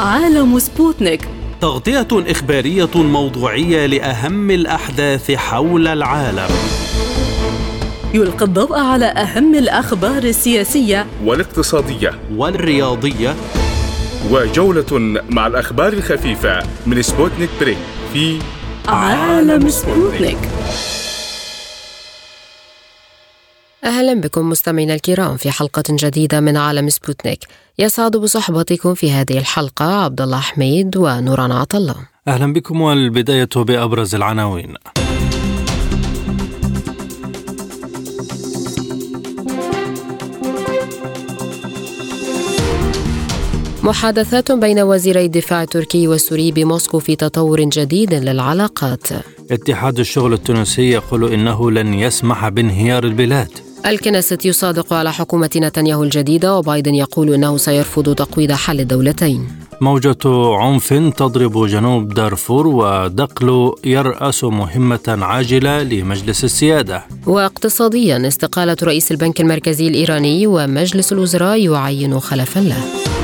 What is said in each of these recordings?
عالم سبوتنيك، تغطية إخبارية موضوعية لأهم الأحداث حول العالم. يلقي الضوء على أهم الأخبار السياسية والاقتصادية والرياضية، وجولة مع الأخبار الخفيفة من سبوتنيك بريك في عالم سبوتنيك. أهلا بكم مستمعينا الكرام في حلقة جديدة من عالم سبوتنيك. يسعد بصحبتكم في هذه الحلقة عبد الله حميد ونوران عطلة. أهلا بكم، والبداية بأبرز العناوين. محادثات بين وزيري الدفاع التركي والسوري بموسكو في تطور جديد للعلاقات. اتحاد الشغل التونسي يقول إنه لن يسمح بانهيار البلاد. الكنيسة يصادق على حكومة نتنياهو الجديدة، وبايدن يقول إنه سيرفض تقويض حل الدولتين. موجة عنف تضرب جنوب دارفور، ودقلو يرأس مهمة عاجلة لمجلس السيادة. واقتصاديا، استقالة رئيس البنك المركزي الإيراني ومجلس الوزراء يعين خلفا له.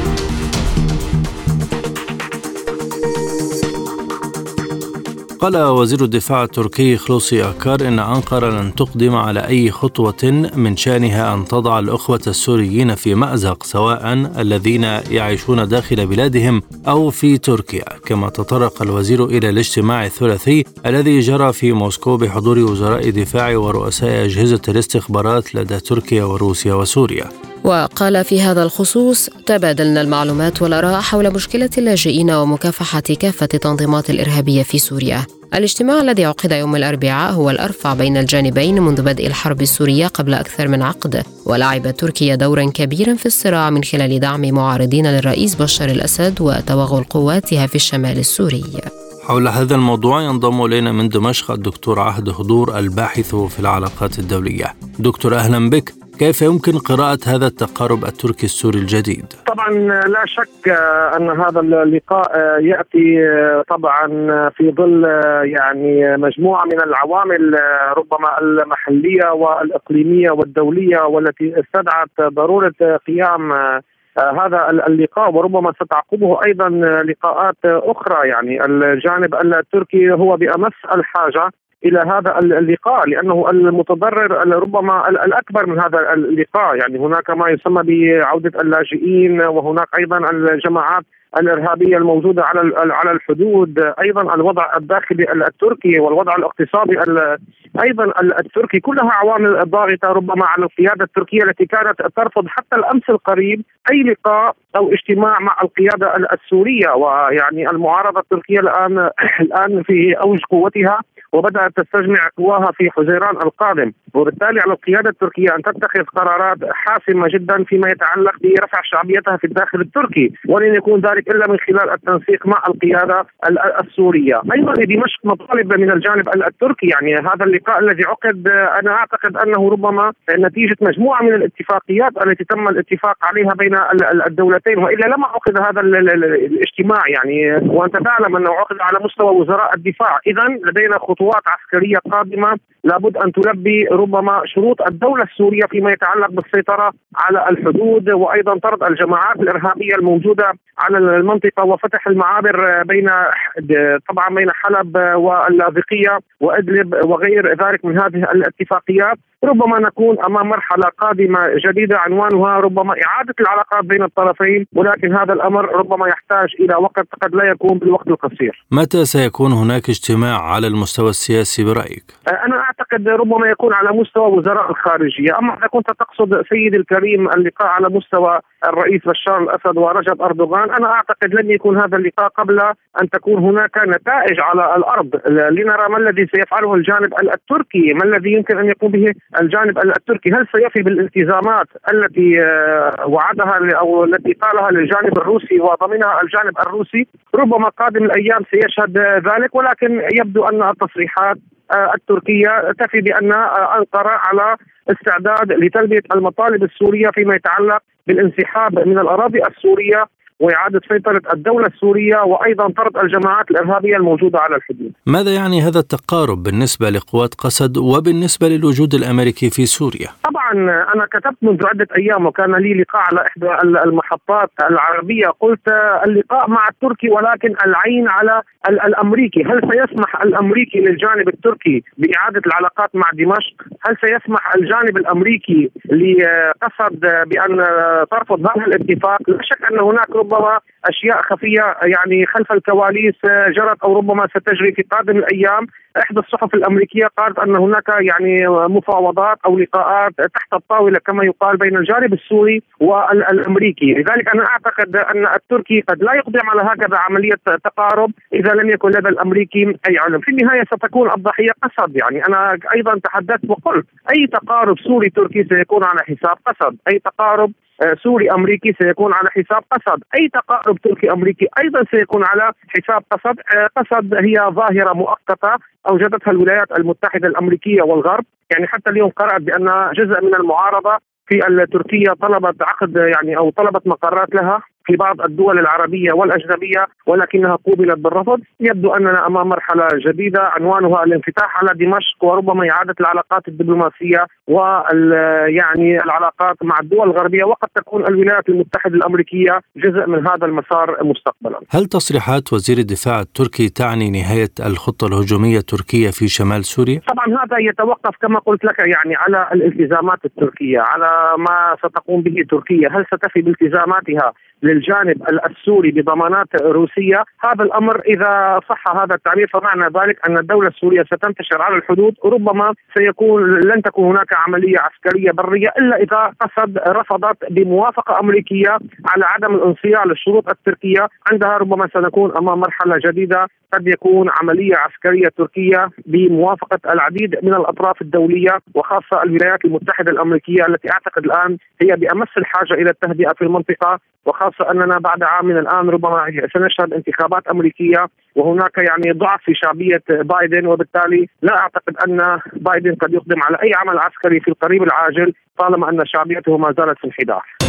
قال وزير الدفاع التركي خلوصي أكار إن أنقرة لن تقدم على أي خطوة من شأنها أن تضع الأخوة السوريين في مأزق، سواء الذين يعيشون داخل بلادهم أو في تركيا. كما تطرق الوزير إلى الاجتماع الثلاثي الذي جرى في موسكو بحضور وزراء دفاع ورؤساء أجهزة الاستخبارات لدى تركيا وروسيا وسوريا. وقال في هذا الخصوص: تبادلنا المعلومات والآراء حول مشكلة اللاجئين ومكافحة كافة التنظيمات الإرهابية في سوريا. الاجتماع الذي عقد يوم الأربعاء هو الأرفع بين الجانبين منذ بدء الحرب السورية قبل أكثر من عقد، ولعبت تركيا دورا كبيرا في الصراع من خلال دعم معارضين للرئيس بشار الأسد وتوغل قواتها في الشمال السوري. حول هذا الموضوع ينضم إلينا من دمشق الدكتور عهد هدور، الباحث في العلاقات الدولية. دكتور أهلا بك. كيف يمكن قراءة هذا التقارب التركي السوري الجديد؟ طبعا لا شك أن هذا اللقاء يأتي طبعا في ظل يعني مجموعة من العوامل ربما المحلية والإقليمية والدولية، والتي استدعت ضرورة قيام هذا اللقاء، وربما ستعقبه أيضا لقاءات أخرى. يعني الجانب التركي هو بأمس الحاجة إلى هذا اللقاء، لأنه المتضرر ربما الأكبر من هذا اللقاء. يعني هناك ما يسمى بعودة اللاجئين، وهناك أيضا الجماعات الإرهابية الموجودة على الحدود، أيضا الوضع الداخلي التركي والوضع الاقتصادي أيضا التركي، كلها عوامل ضاغطة ربما على القيادة التركية التي كانت ترفض حتى الأمس القريب أي لقاء أو اجتماع مع القيادة السورية. ويعني المعارضة التركية الآن في أوج قوتها، وبدأت تستجمع قواها في حزيران القادم، وبالتالي على القيادة التركية أن تتخذ قرارات حاسمة جدا فيما يتعلق برفع شعبيتها في الداخل التركي، ولن يكون ذلك إلا من خلال التنسيق مع القيادة السورية. أيضا دمشق مطالب من الجانب التركي. يعني هذا اللقاء الذي عقد أنا أعتقد أنه ربما نتيجة مجموعة من الاتفاقيات التي تم الاتفاق عليها بين الدولتين، وإلا لما عقد هذا الاجتماع. يعني وأنت تعلم أنه عقد على مستوى وزراء الدفاع. إذن لدينا خطوات عسكرية قادمة لابد أن تلبي ربما شروط الدولة السورية فيما يتعلق بالسيطرة على الحدود، وأيضا طرد الجماعات الإرهابية الموجودة على المنطقة، وفتح المعابر طبعا بين حلب واللاذقية وإدلب وغير ذلك من هذه الاتفاقيات. ربما نكون أمام مرحلة قادمة جديدة عنوانها ربما إعادة العلاقات بين الطرفين، ولكن هذا الأمر ربما يحتاج إلى وقت قد لا يكون بالوقت القصير. متى سيكون هناك اجتماع على المستوى السياسي برأيك؟ أنا أعتقد ربما يكون على مستوى وزراء الخارجية. أما إذا كنت تقصد سيدي الكريم اللقاء على مستوى الرئيس بشار الأسد ورجب أردوغان، أنا أعتقد لن يكون هذا اللقاء قبل أن تكون هناك نتائج على الأرض، لنرى ما الذي سيفعله الجانب التركي، ما الذي يمكن أن يقوم به الجانب التركي. هل سيفي بالالتزامات التي وعدها أو التي قالها للجانب الروسي وضمنها الجانب الروسي؟ ربما قادم الأيام سيشهد ذلك، ولكن يبدو أن التصريحات التركية تفي بأن أنقرة على استعداد لتلبية المطالب السورية فيما يتعلق بالانسحاب من الأراضي السورية وإعادة سيطرة الدولة السورية وأيضا طرد الجماعات الإرهابية الموجودة على الحدود. ماذا يعني هذا التقارب بالنسبة لقوات قسد وبالنسبة للوجود الأمريكي في سوريا؟ طبعا أنا كتبت منذ عدة أيام وكان لي لقاء على إحدى المحطات العربية، قلت اللقاء مع التركي ولكن العين على الأمريكي. هل سيسمح الأمريكي للجانب التركي بإعادة العلاقات مع دمشق؟ هل سيسمح الجانب الأمريكي لقسد بأن ترفض هذا الاتفاق؟ لا شك أن هناك ربما أشياء خفية يعني خلف الكواليس جرت أو ربما ستجري في قادم الأيام. إحدى الصحف الأمريكية قالت أن هناك يعني مفاوضات أو لقاءات تحت الطاولة كما يقال بين الجانب السوري والأمريكي. لذلك أنا أعتقد أن التركي قد لا يقدم على هكذا عملية تقارب إذا لم يكن لدى الأمريكي أي علم. في النهاية ستكون الضحية قسد. يعني أنا أيضا تحدثت وقلت أي تقارب سوري تركي سيكون على حساب قسد، أي تقارب سوري أمريكي سيكون على حساب قسد، أي تقارب تركي أمريكي أيضا سيكون على حساب قسد. قسد هي ظاهرة مؤقتة أوجدتها الولايات المتحدة الأمريكية والغرب. يعني حتى اليوم قرأت بأن جزء من المعارضة في التركية طلبت عقد يعني أو طلبت مقرات لها في بعض الدول العربية والأجنبية ولكنها قوبلت بالرفض. يبدو أننا أمام مرحلة جديدة عنوانها الانفتاح على دمشق وربما إعادة العلاقات الدبلوماسية يعني العلاقات مع الدول الغربية، وقد تكون الولايات المتحدة الأمريكية جزء من هذا المسار مستقبلا. هل تصريحات وزير الدفاع التركي تعني نهاية الخطة الهجومية التركية في شمال سوريا؟ طبعا هذا يتوقف كما قلت لك يعني على الالتزامات التركية، على ما ستقوم به تركيا. هل ستفي بالتزاماتها للجانب السوري بضمانات روسية؟ هذا الأمر إذا صح هذا التعبير فمعنى ذلك أن الدولة السورية ستنتشر على الحدود، وربما لن تكون هناك عملية عسكرية برية إلا إذا قسد رفضت بموافقة أمريكية على عدم الانصياع للشروط التركية. عندها ربما سنكون أمام مرحلة جديدة، قد يكون عملية عسكرية تركية بموافقة العديد من الأطراف الدولية وخاصة الولايات المتحدة الأمريكية التي أعتقد الآن هي بأمس الحاجة إلى التهدئة في المنطقة، وخاصة أننا بعد عام من الآن ربما سنشهد انتخابات أمريكية وهناك يعني ضعف في شعبية بايدن، وبالتالي لا أعتقد أن بايدن قد يقدم على أي عمل عسكري في القريب العاجل طالما أن شعبيته ما زالت في انحدار.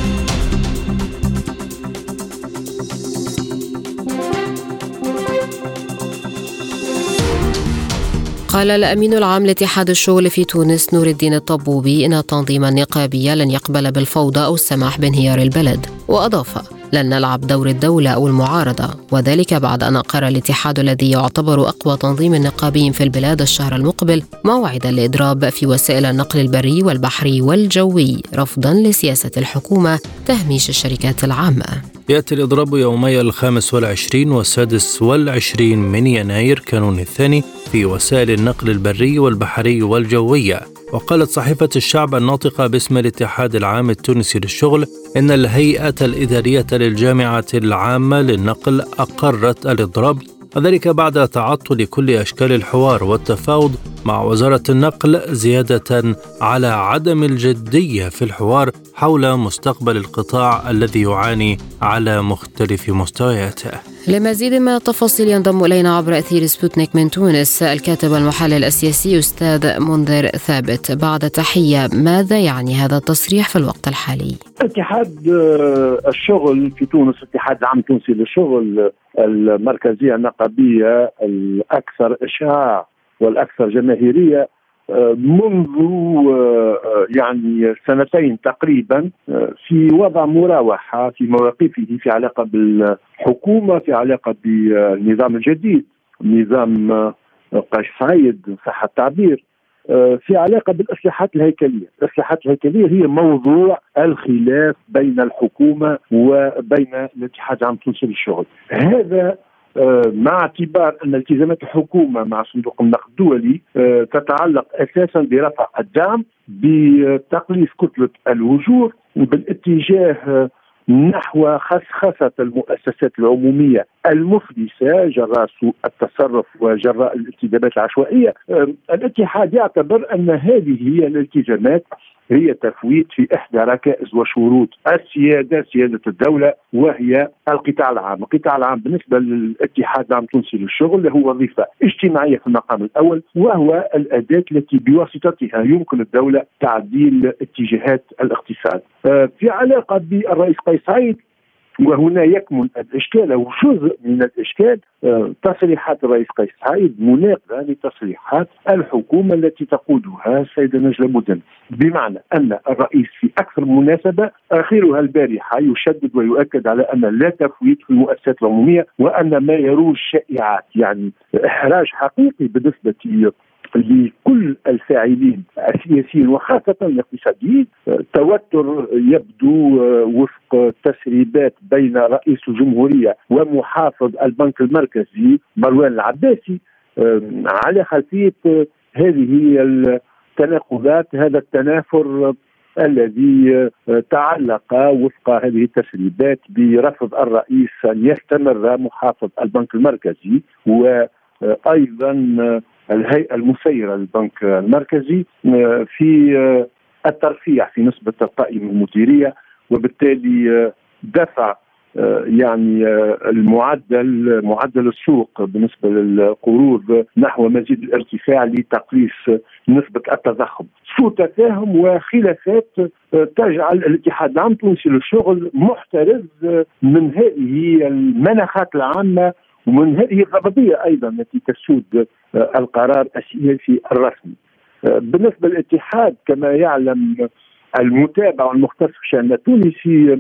قال الأمين العام لاتحاد الشغل في تونس نور الدين الطبوبي إن التنظيم النقابي لن يقبل بالفوضى أو السماح بانهيار البلد، وأضاف: لن نلعب دور الدولة أو المعارضة، وذلك بعد أن أقر الاتحاد الذي يعتبر أقوى تنظيم نقابي في البلاد الشهر المقبل موعدا لإضراب في وسائل النقل البري والبحري والجوي رفضا لسياسة الحكومة تهميش الشركات العامة. يأتي الإضراب يومي 25 و26 من يناير كانون الثاني في وسائل النقل البري والبحري والجوية. وقالت صحيفة الشعب الناطقة باسم الاتحاد العام التونسي للشغل إن الهيئة الإدارية للجامعة العامة للنقل أقرت الإضراب، وذلك بعد تعطل كل أشكال الحوار والتفاوض مع وزارة النقل، زيادة على عدم الجدية في الحوار حول مستقبل القطاع الذي يعاني على مختلف مستوياته. لمزيد من التفاصيل ينضم إلينا عبر أثير سبوتنيك من تونس الكاتب والمحلل السياسي أستاذ منذر ثابت. بعد تحية، ماذا يعني هذا التصريح في الوقت الحالي؟ اتحاد الشغل في تونس، الاتحاد العام التونسي للشغل، المركزية النقابية الأكثر إشعاع والأكثر جماهيرية منذ يعني سنتين تقريبا، في وضع مراوحة في مواقفه في علاقة بالحكومة، في علاقة بالنظام الجديد، نظام قاش سعيد صح التعبير، في علاقة بالإصلاحات الهيكلية. الإصلاحات الهيكلية هي موضوع الخلاف بين الحكومة وبين الاتحاد العام التونسي للشغل. هذا مع اعتبار أن التزامات الحكومة مع صندوق النقد الدولي تتعلق أساسا برفع الدعم، بتقليص كتلة الأجور، بالاتجاه نحو خسخسة المؤسسات العمومية المفلسة جراء سوء التصرف وجراء الالتزامات العشوائية. الاتحاد يعتبر أن هذه هي الالتزامات هي تفويت في إحدى ركائز وشروط السيادة، سيادة الدولة، وهي القطاع العام. القطاع العام بالنسبة للاتحاد العام التونسي للشغل له وظيفة اجتماعية في المقام الأول، وهو الأداة التي بواسطتها يمكن الدولة تعديل اتجاهات الاقتصاد. في علاقة بالرئيس قيس سعيد، وهنا يكمن الإشكال أو جزء من الإشكال. تصريحات الرئيس قيس سعيد مناقضة لتصريحات الحكومة التي تقودها السيدة نجلة بودن، بمعنى أن الرئيس في أكثر مناسبة آخرها البارحة يشدد ويؤكد على أن لا تفويت في المؤسسات العمومية، وأن ما يروج شائعات يعني إحراج حقيقي بالنسبة لكل الفاعلين السياسيين وخاصة الاقتصاديين. توتر يبدو وفق تسريبات بين رئيس الجمهورية ومحافظ البنك المركزي مروان العباسي على خلفية هذه التناقضات، هذا التنافر الذي تعلق وفق هذه التسريبات برفض الرئيس أن يستمر محافظ البنك المركزي وأيضا الهيئة المسيرة للبنك المركزي في الترفيع في نسبة القائمة المديرية، وبالتالي دفع يعني معدل السوق بالنسبة للقروض نحو مزيد الارتفاع لتقليص نسبة التضخم. سوء تفاهم وخلافات تجعل الاتحاد العام التونسي للشغل محترز من هذه المناخات العامة ومن هذه الضبابية أيضا التي تسود القرار السياسي الرسمي. بالنسبة للاتحاد كما يعلم المتابع والمختص في الشأن التونسي،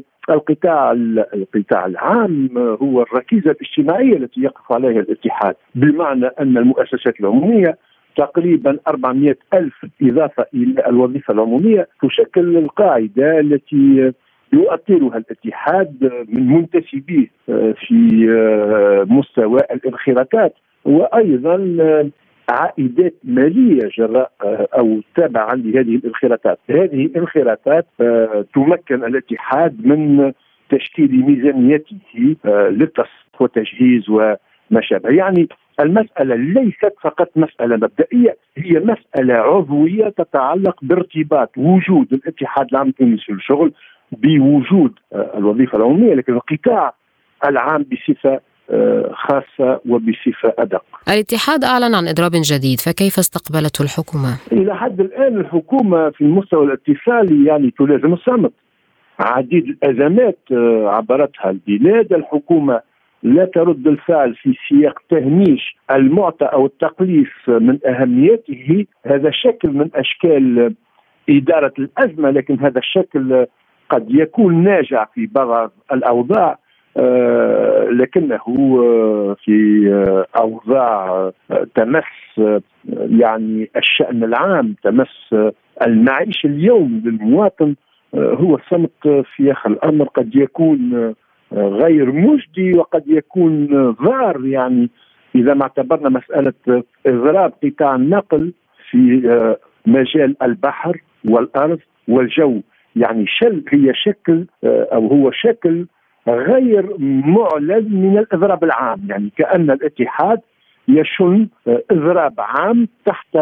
القطاع العام هو الركيزة الاجتماعية التي يقف عليها الاتحاد، بمعنى أن المؤسسات العمومية تقريبا 400 ألف إضافة إلى الوظيفة العمومية تشكل القاعدة التي يؤثرها الاتحاد من منتسبيه في مستوى الانخراطات، وأيضا عائدات مالية جراء أو تبعا لهذه الانخراطات. هذه الانخراطات تمكن الاتحاد من تشكيل ميزانيته للتصرف وتجهيز وما شابه. يعني المسألة ليست فقط مسألة مبدئية، هي مسألة عضوية تتعلق بارتباط وجود الاتحاد العام التونسي للشغل بوجود الوظيفة العمومية، لكن القطاع العام بصفة خاصة وبصفة أدق. الاتحاد أعلن عن إضراب جديد، فكيف استقبلته الحكومة؟ إلى حد الآن الحكومة في المستوى الاتصالي يعني تلازم الصمت. عديد الأزمات عبرتها البلاد، الحكومة لا ترد الفعل في سياق تهميش المعطى أو التقليص من أهميته. هذا شكل من أشكال إدارة الأزمة، لكن هذا الشكل قد يكون ناجع في بعض الأوضاع، لكنه في أوضاع تمس يعني الشأن العام، تمس المعيشة اليوم للمواطن، هو الصمت في آخر الأمر قد يكون غير مجدي وقد يكون ضار. يعني إذا ما اعتبرنا مسألة إضراب قطاع النقل في مجال البحر والأرض والجو، يعني هي شكل أو هو شكل غير معلن من الإضراب العام، يعني كأن الاتحاد يشن إضراب عام تحت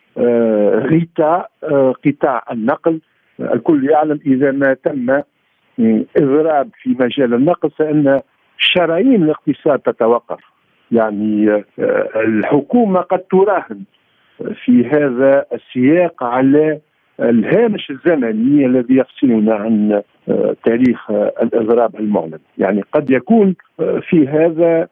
غطاء قطاع النقل. الكل يعلم إذا ما تم إضراب في مجال النقل فإن شرايين الاقتصاد تتوقف. يعني الحكومة قد تراهن في هذا السياق على الهامش الزمني الذي يفصلنا عن تاريخ الإضراب المعلن. يعني قد يكون في هذا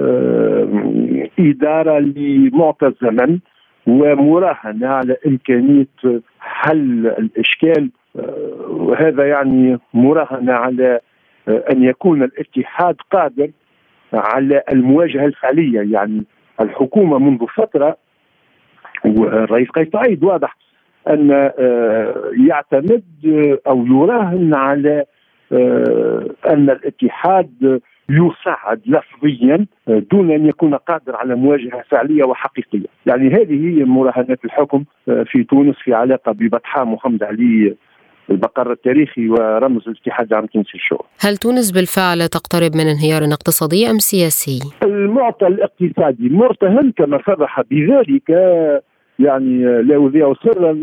إدارة لمعطى الزمن ومراهنة على إمكانية حل الإشكال، وهذا يعني مراهنة على أن يكون الاتحاد قادر على المواجهة الفعلية. يعني الحكومة منذ فترة والرئيس قيس سعيد واضح أن يعتمد أو يراهن على أن الاتحاد يساعد لفظيا دون أن يكون قادر على مواجهة فعلية وحقيقية. يعني هذه هي مراهنات الحكم في تونس في علاقة ببطحاء محمد علي المقر التاريخي ورمز الاتحاد العام التونسي للشغل. هل تونس بالفعل تقترب من انهيار اقتصادي أم سياسي؟ المعطى الاقتصادي مرتهن كما صرح بذلك، يعني لا أذيع سرا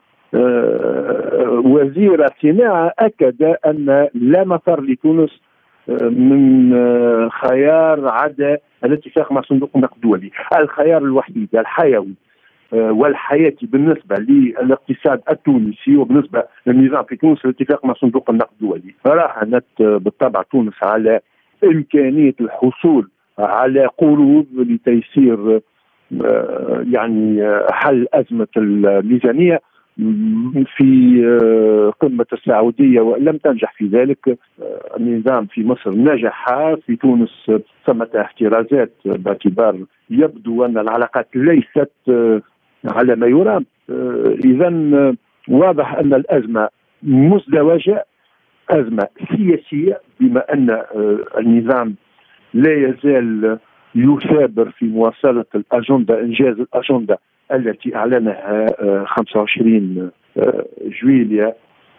وزير الصناعة أكد أن لا مفر لتونس من خيار عدا الاتفاق مع صندوق النقد الدولي. الخيار الوحيد الحيوي والحياتي بالنسبة للاقتصاد التونسي وبالنسبة للنظام في تونس الاتفاق مع صندوق النقد الدولي. راهنت بالطبع تونس على إمكانية الحصول على قروض لتيسير يعني حل أزمة الميزانية في قمة السعودية، ولم تنجح في ذلك. النظام في مصر نجح، في تونس ثمة احترازات باعتبار يبدو أن العلاقات ليست على ما يرام. إذن واضح أن الأزمة مزدوجة، أزمة سياسية، بما أن النظام لا يزال يثابر في مواصلة الأجندة، إنجاز الأجندة التي أعلنها 25 جويلية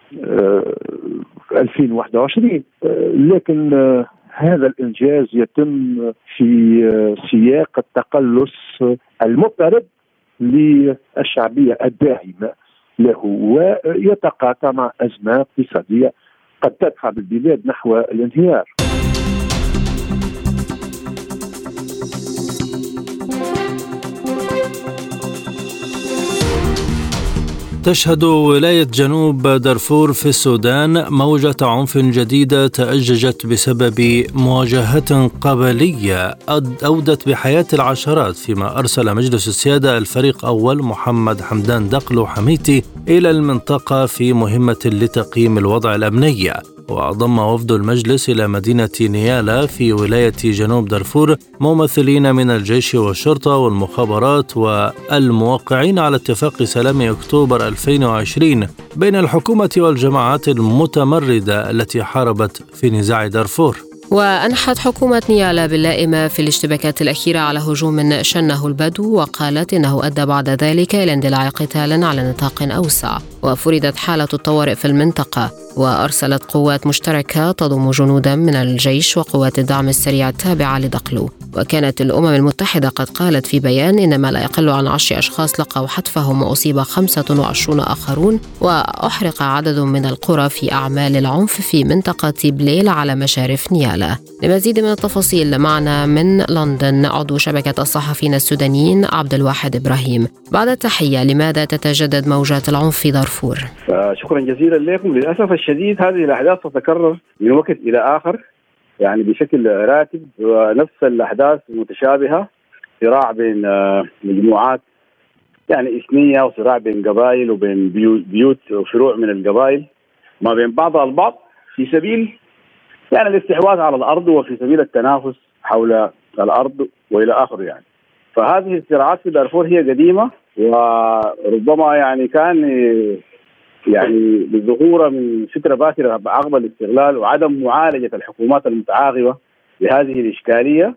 2021، لكن هذا الإنجاز يتم في سياق التقلص المضطرد للشعبية الداعمة له، ويتقاطع مع أزمة اقتصادية قد تدفع بالبلاد نحو الانهيار. تشهد ولاية جنوب دارفور في السودان موجة عنف جديدة تأججت بسبب مواجهات قبلية أودت بحياة العشرات، فيما أرسل مجلس السيادة الفريق أول محمد حمدان دقلو حميتي إلى المنطقة في مهمة لتقييم الوضع الأمني. وضم وفد المجلس إلى مدينة نيالا في ولاية جنوب دارفور ممثلين من الجيش والشرطة والمخابرات والموقعين على اتفاق سلام أكتوبر 2020 بين الحكومة والجماعات المتمردة التي حاربت في نزاع دارفور. وأنحت حكومة نيالا باللائمة في الاشتباكات الأخيرة على هجوم شنه البدو، وقالت إنه أدى بعد ذلك إلى اندلاع قتال على نطاق أوسع، وفرضت حالة الطوارئ في المنطقة، وأرسلت قوات مشتركة تضم جنودا من الجيش وقوات الدعم السريع التابعة لدقلو. وكانت الأمم المتحدة قد قالت في بيان إن ما لا يقل عن 10 أشخاص لقوا حتفهم وأصيب 25 آخرون، وأحرق عدد من القرى في أعمال العنف في منطقة بليل على مشارف نيالا. لمزيد من التفاصيل معنا من لندن عضو شبكة الصحفيين السودانيين عبد الواحد إبراهيم. بعد التحية، لماذا تتجدد موجات العنف في دارفور؟ شكرا جزيلا لكم. للأسف الشديد هذه الأحداث تتكرر من وقت إلى آخر، يعني بشكل راتب، ونفس الأحداث متشابهة، صراع بين مجموعات يعني إثنية، وصراع بين قبائل وبين بيوت وفروع من القبائل ما بين بعضها البعض في سبيل يعني الاستحواذ على الأرض وفي سبيل التنافس حول الأرض وإلى آخره. يعني فهذه الصراعات في دارفور هي قديمة، وربما يعني كان يعني بالظهور من فترة باكرة عقب الاستغلال وعدم معالجة الحكومات المتعاقبة لهذه الإشكالية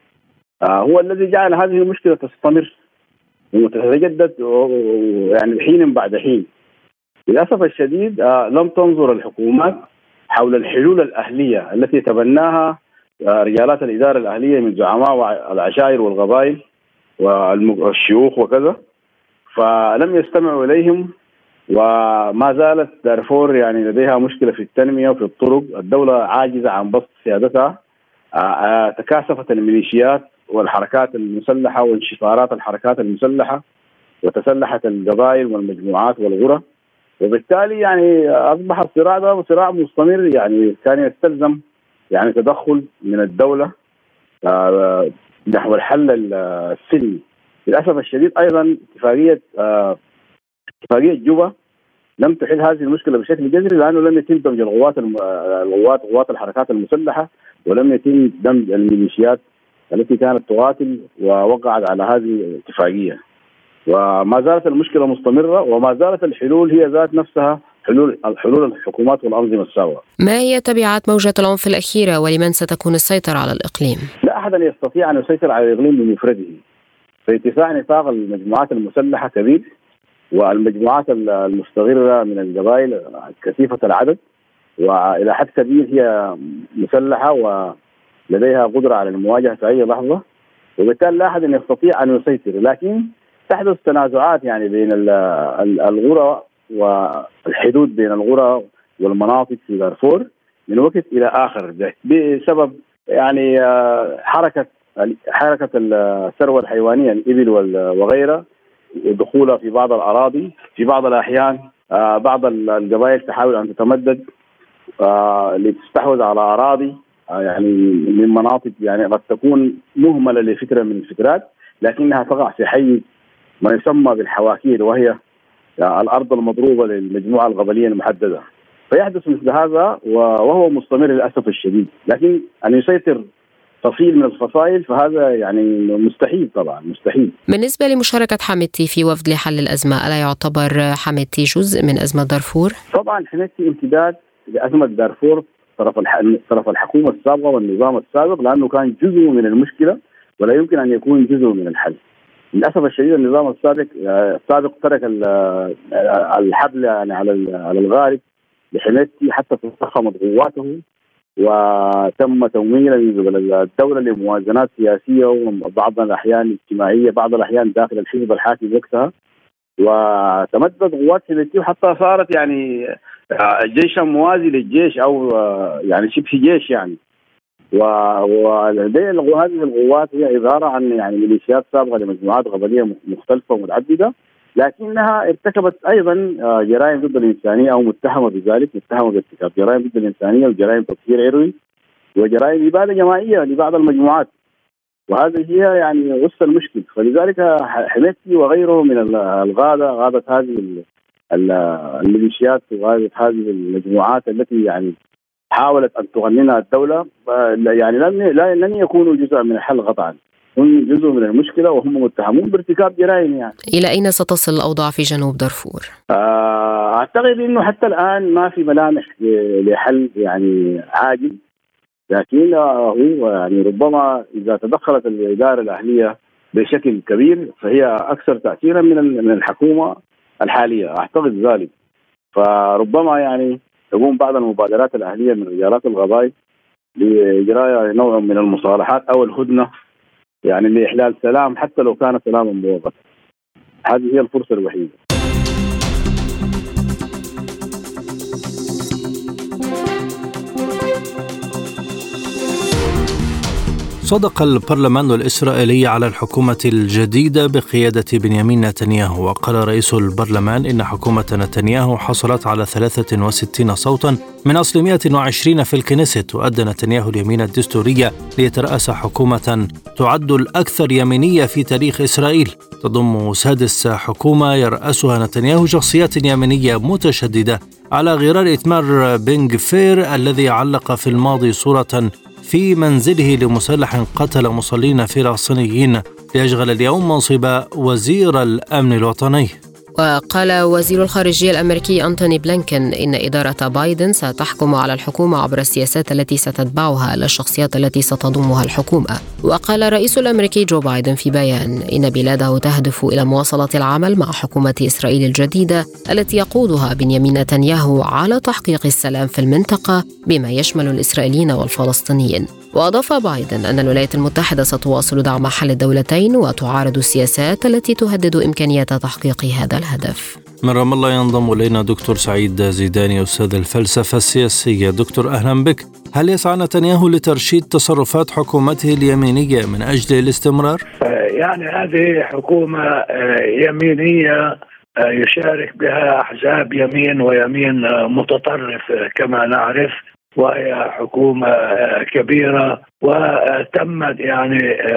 هو الذي جعل هذه المشكلة تستمر وتتجدد يعني حين بعد حين. للأسف الشديد لم تنظر الحكومات حول الحلول الأهلية التي تبناها رجالات الإدارة الأهلية من زعماء العشائر والقبائل والشيوخ وكذا، فلم يستمعوا إليهم. وما زالت دارفور يعني لديها مشكلة في التنمية وفي الطرق، الدولة عاجزة عن بسط سيادتها، تكاثفت الميليشيات والحركات المسلحة وانشفارات الحركات المسلحة، وتسلحت القبائل والمجموعات والغرة، وبالتالي يعني أصبح الصراع ده صراع مستمر. يعني كان يستلزم يعني تدخل من الدولة نحو الحل السلمي. للأسف الشديد أيضا اتفاقية جوبا لم تحل هذه المشكلة بشكل جذري، لأنه لم يتم دمج قوات الحركات المسلحة، ولم يتم دمج الميليشيات التي كانت تقاتل ووقعت على هذه الاتفاقية. وما زالت المشكلة مستمرة، وما زالت الحلول هي ذات نفسها حلول الحكومات والأنظمة السابقة. ما هي تبعات موجة العنف الأخيرة، ولمن ستكون السيطرة على الإقليم؟ لا أحد يستطيع أن يسيطر على الإقليم بمفرده، فاتساع نطاق المجموعات المسلحة كبير، والمجموعات المستغرة من القبائل كثيفة العدد، وإلى حد كبير هي مسلحة ولديها قدرة على المواجهة في أي لحظة، وبالتالي لا أحد يستطيع أن يسيطر. لكن تحدث تنازعات يعني بين الغرة والحدود بين الغرة والمناطق في دارفور من وقت إلى آخر بسبب يعني حركة الثروة الحيوانية الإبل وغيرها دخولها في بعض الأراضي في بعض الأحيان. بعض القبائل تحاول أن تتمدد لتستحوذ على أراضي يعني من مناطق يعني قد تكون مهملة لفكرة من الفكرات، لكنها تقع في حيز ما يسمى بالحواكير، وهي الأرض المضروبة للمجموعة القبلية المحددة. فيحدث مثل هذا وهو مستمر للأسف الشديد، لكن أن يسيطر فصيل من الفصائل فهذا يعني مستحيل، طبعا مستحيل. بالنسبة لمشاركة حميدتي في وفد لحل الأزمة، ألا يعتبر حميدتي جزء من أزمة دارفور؟ طبعا حميدتي امتداد لأزمة دارفور طرف الحكومة السابقة والنظام السابق، لأنه كان جزء من المشكلة ولا يمكن أن يكون جزء من الحل. للأسف الشديد النظام السابق ترك الحبل يعني على الغارب لحميدتي حتى تضخمت قواته، وتم تمويله من قبل الدولة لموازنات سياسية وبعض الأحيان اجتماعية، بعض الأحيان داخل الحزب الحاكم وقتها، وتمدد قوات حميدتي وحتى صارت يعني جيشا موازي للجيش أو يعني شبه جيش يعني. وهذه القوات هي عبارة عن يعني ميليشيات سابقة لمجموعات قبلية مختلفة ومتعددة، لكنها ارتكبت أيضا جرائم ضد الإنسانية أو متهمة بذلك، متهمة بارتكاب جرائم ضد الإنسانية وجرائم تطهير عروي وجرائم إبادة جماعية لبعض المجموعات، وهذه هي يعني وسط المشكل. فلذلك حميدتي وغيره من غادة هذه الميليشيات وغادة هذه المجموعات التي يعني حاولت أن تغنيها الدولة، يعني لن يكونوا جزء من الحل قطعا، هم جزء من المشكلة وهم متهمون بارتكاب جرائم. يعني إلى أين ستصل الأوضاع في جنوب دارفور؟ أعتقد أنه حتى الآن ما في ملامح لحل يعني عاجل، لكن هو يعني ربما إذا تدخلت الإدارة الأهلية بشكل كبير فهي أكثر تأثيرا من الحكومة الحالية، أعتقد ذلك. فربما يعني تقوم بعض المبادرات الأهلية من رجالات القبائل لإجراء نوع من المصالحات أو الهدنة يعني لإحلال سلام حتى لو كان سلاما مؤقتا. هذه هي الفرصة الوحيدة. صدق البرلمان الإسرائيلي على الحكومة الجديدة بقيادة بنيامين نتنياهو، وقال رئيس البرلمان إن حكومة نتنياهو حصلت على 63 صوتا من أصل 120 في الكنيست، وأدى نتنياهو اليمين الدستورية ليترأس حكومة تعد الأكثر يمينية في تاريخ إسرائيل، تضم سادس حكومة يرأسها نتنياهو شخصيات يمينية متشددة على غرار إتمار بن غفير الذي علق في الماضي صورة في منزله لمسلح قتل مصلين فلسطينيين ليشغل اليوم منصب وزير الأمن الوطني. وقال وزير الخارجية الأمريكي أنتوني بلينكن إن إدارة بايدن ستحكم على الحكومة عبر السياسات التي ستتبعها لا الشخصيات التي ستضمها الحكومة. وقال الرئيس الأمريكي جو بايدن في بيان إن بلاده تهدف إلى مواصلة العمل مع حكومة إسرائيل الجديدة التي يقودها بنيامين نتنياهو على تحقيق السلام في المنطقة بما يشمل الإسرائيليين والفلسطينيين. وأضاف بايدن أن الولايات المتحدة ستواصل دعم حل الدولتين وتعارض السياسات التي تهدد إمكانية تحقيق هذا الهدف. من رام الله ينضم إلينا دكتور سعيد زيداني أستاذ الفلسفة السياسية. دكتور أهلا بك. هل يسعى نتنياهو لترشيد تصرفات حكومته اليمينية من أجل الاستمرار؟ يعني هذه حكومة يمينية يشارك بها أحزاب يمين ويمين متطرف كما نعرف، وهي حكومة كبيرة وتمت يعني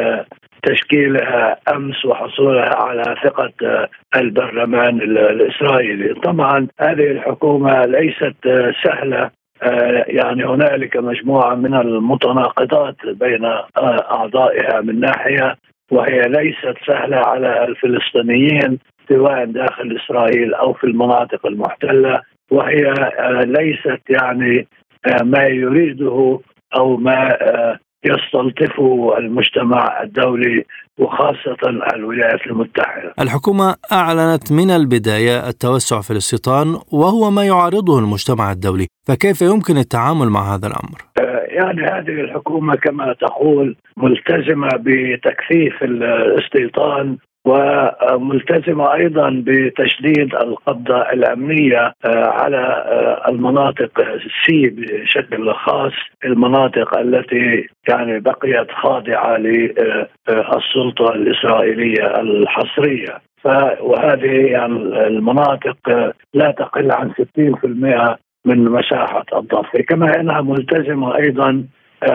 تشكيلها أمس وحصولها على ثقة البرلمان الإسرائيلي. طبعا هذه الحكومة ليست سهلة، يعني هنالك مجموعة من المتناقضات بين أعضائها من ناحية، وهي ليست سهلة على الفلسطينيين سواء داخل إسرائيل أو في المناطق المحتلة، وهي ليست يعني ما يريده أو ما يستلطفه المجتمع الدولي وخاصة الولايات المتحدة. الحكومة أعلنت من البداية التوسع في الاستيطان وهو ما يعارضه المجتمع الدولي، فكيف يمكن التعامل مع هذا الأمر؟ يعني هذه الحكومة كما تقول ملتزمة بتكثيف الاستيطان وملتزمة أيضا بتشديد القبضة الأمنية على المناطق السي بشكل خاص، المناطق التي يعني بقيت خاضعة للسلطة الإسرائيلية الحصرية. وهذه يعني المناطق لا تقل عن 60% من مساحة الضفة، كما أنها ملتزمة أيضا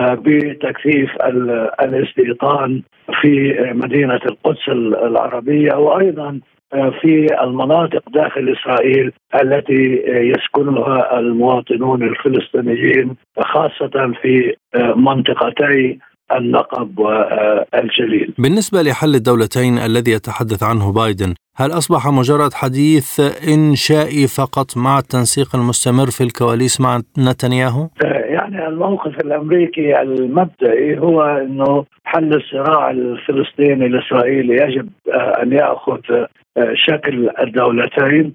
بتكثيف الاستيطان في مدينة القدس العربية، وأيضا في المناطق داخل إسرائيل التي يسكنها المواطنون الفلسطينيين، خاصة في منطقتي النقب والجليل. بالنسبة لحل الدولتين الذي يتحدث عنه بايدن، هل أصبح مجرد حديث إنشائي فقط مع التنسيق المستمر في الكواليس مع نتنياهو؟ يعني الموقف الأمريكي المبدئي هو أنه حل الصراع الفلسطيني الإسرائيلي يجب أن يأخذ شكل الدولتين،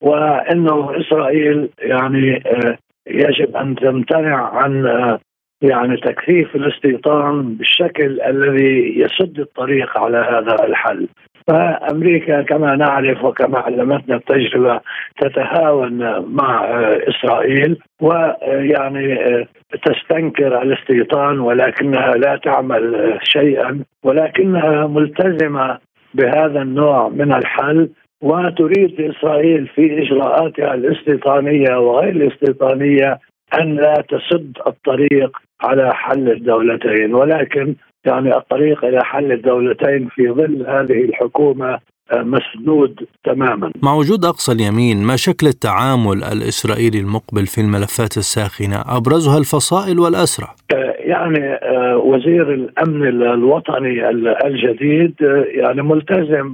وأنه إسرائيل يعني يجب أن تمتنع عن يعني تكثيف الاستيطان بالشكل الذي يسد الطريق على هذا الحل. فأمريكا كما نعرف وكما علمتنا التجربة تتهاون مع إسرائيل، ويعني تستنكر الاستيطان ولكنها لا تعمل شيئا، ولكنها ملتزمة بهذا النوع من الحل، وتريد إسرائيل في إجراءاتها الاستيطانية وغير الاستيطانية أن لا تسد الطريق على حل الدولتين. ولكن يعني الطريق إلى حل الدولتين في ظل هذه الحكومة مسدود تماما. مع وجود أقصى اليمين، ما شكل التعامل الإسرائيلي المقبل في الملفات الساخنة؟ أبرزها الفصائل والأسرى. يعني وزير الأمن الوطني الجديد يعني ملتزم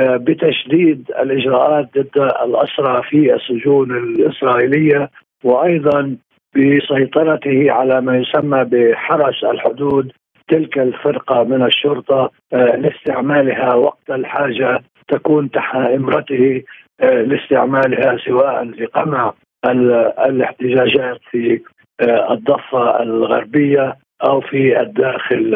بتشديد الإجراءات ضد الأسرى في السجون الإسرائيلية، وأيضا بسيطرته على ما يسمى بحرس الحدود، تلك الفرقة من الشرطة لاستعمالها وقت الحاجة، تكون تحت إمرته لاستعمالها سواء لقمع الاحتجاجات في الضفة الغربية أو في الداخل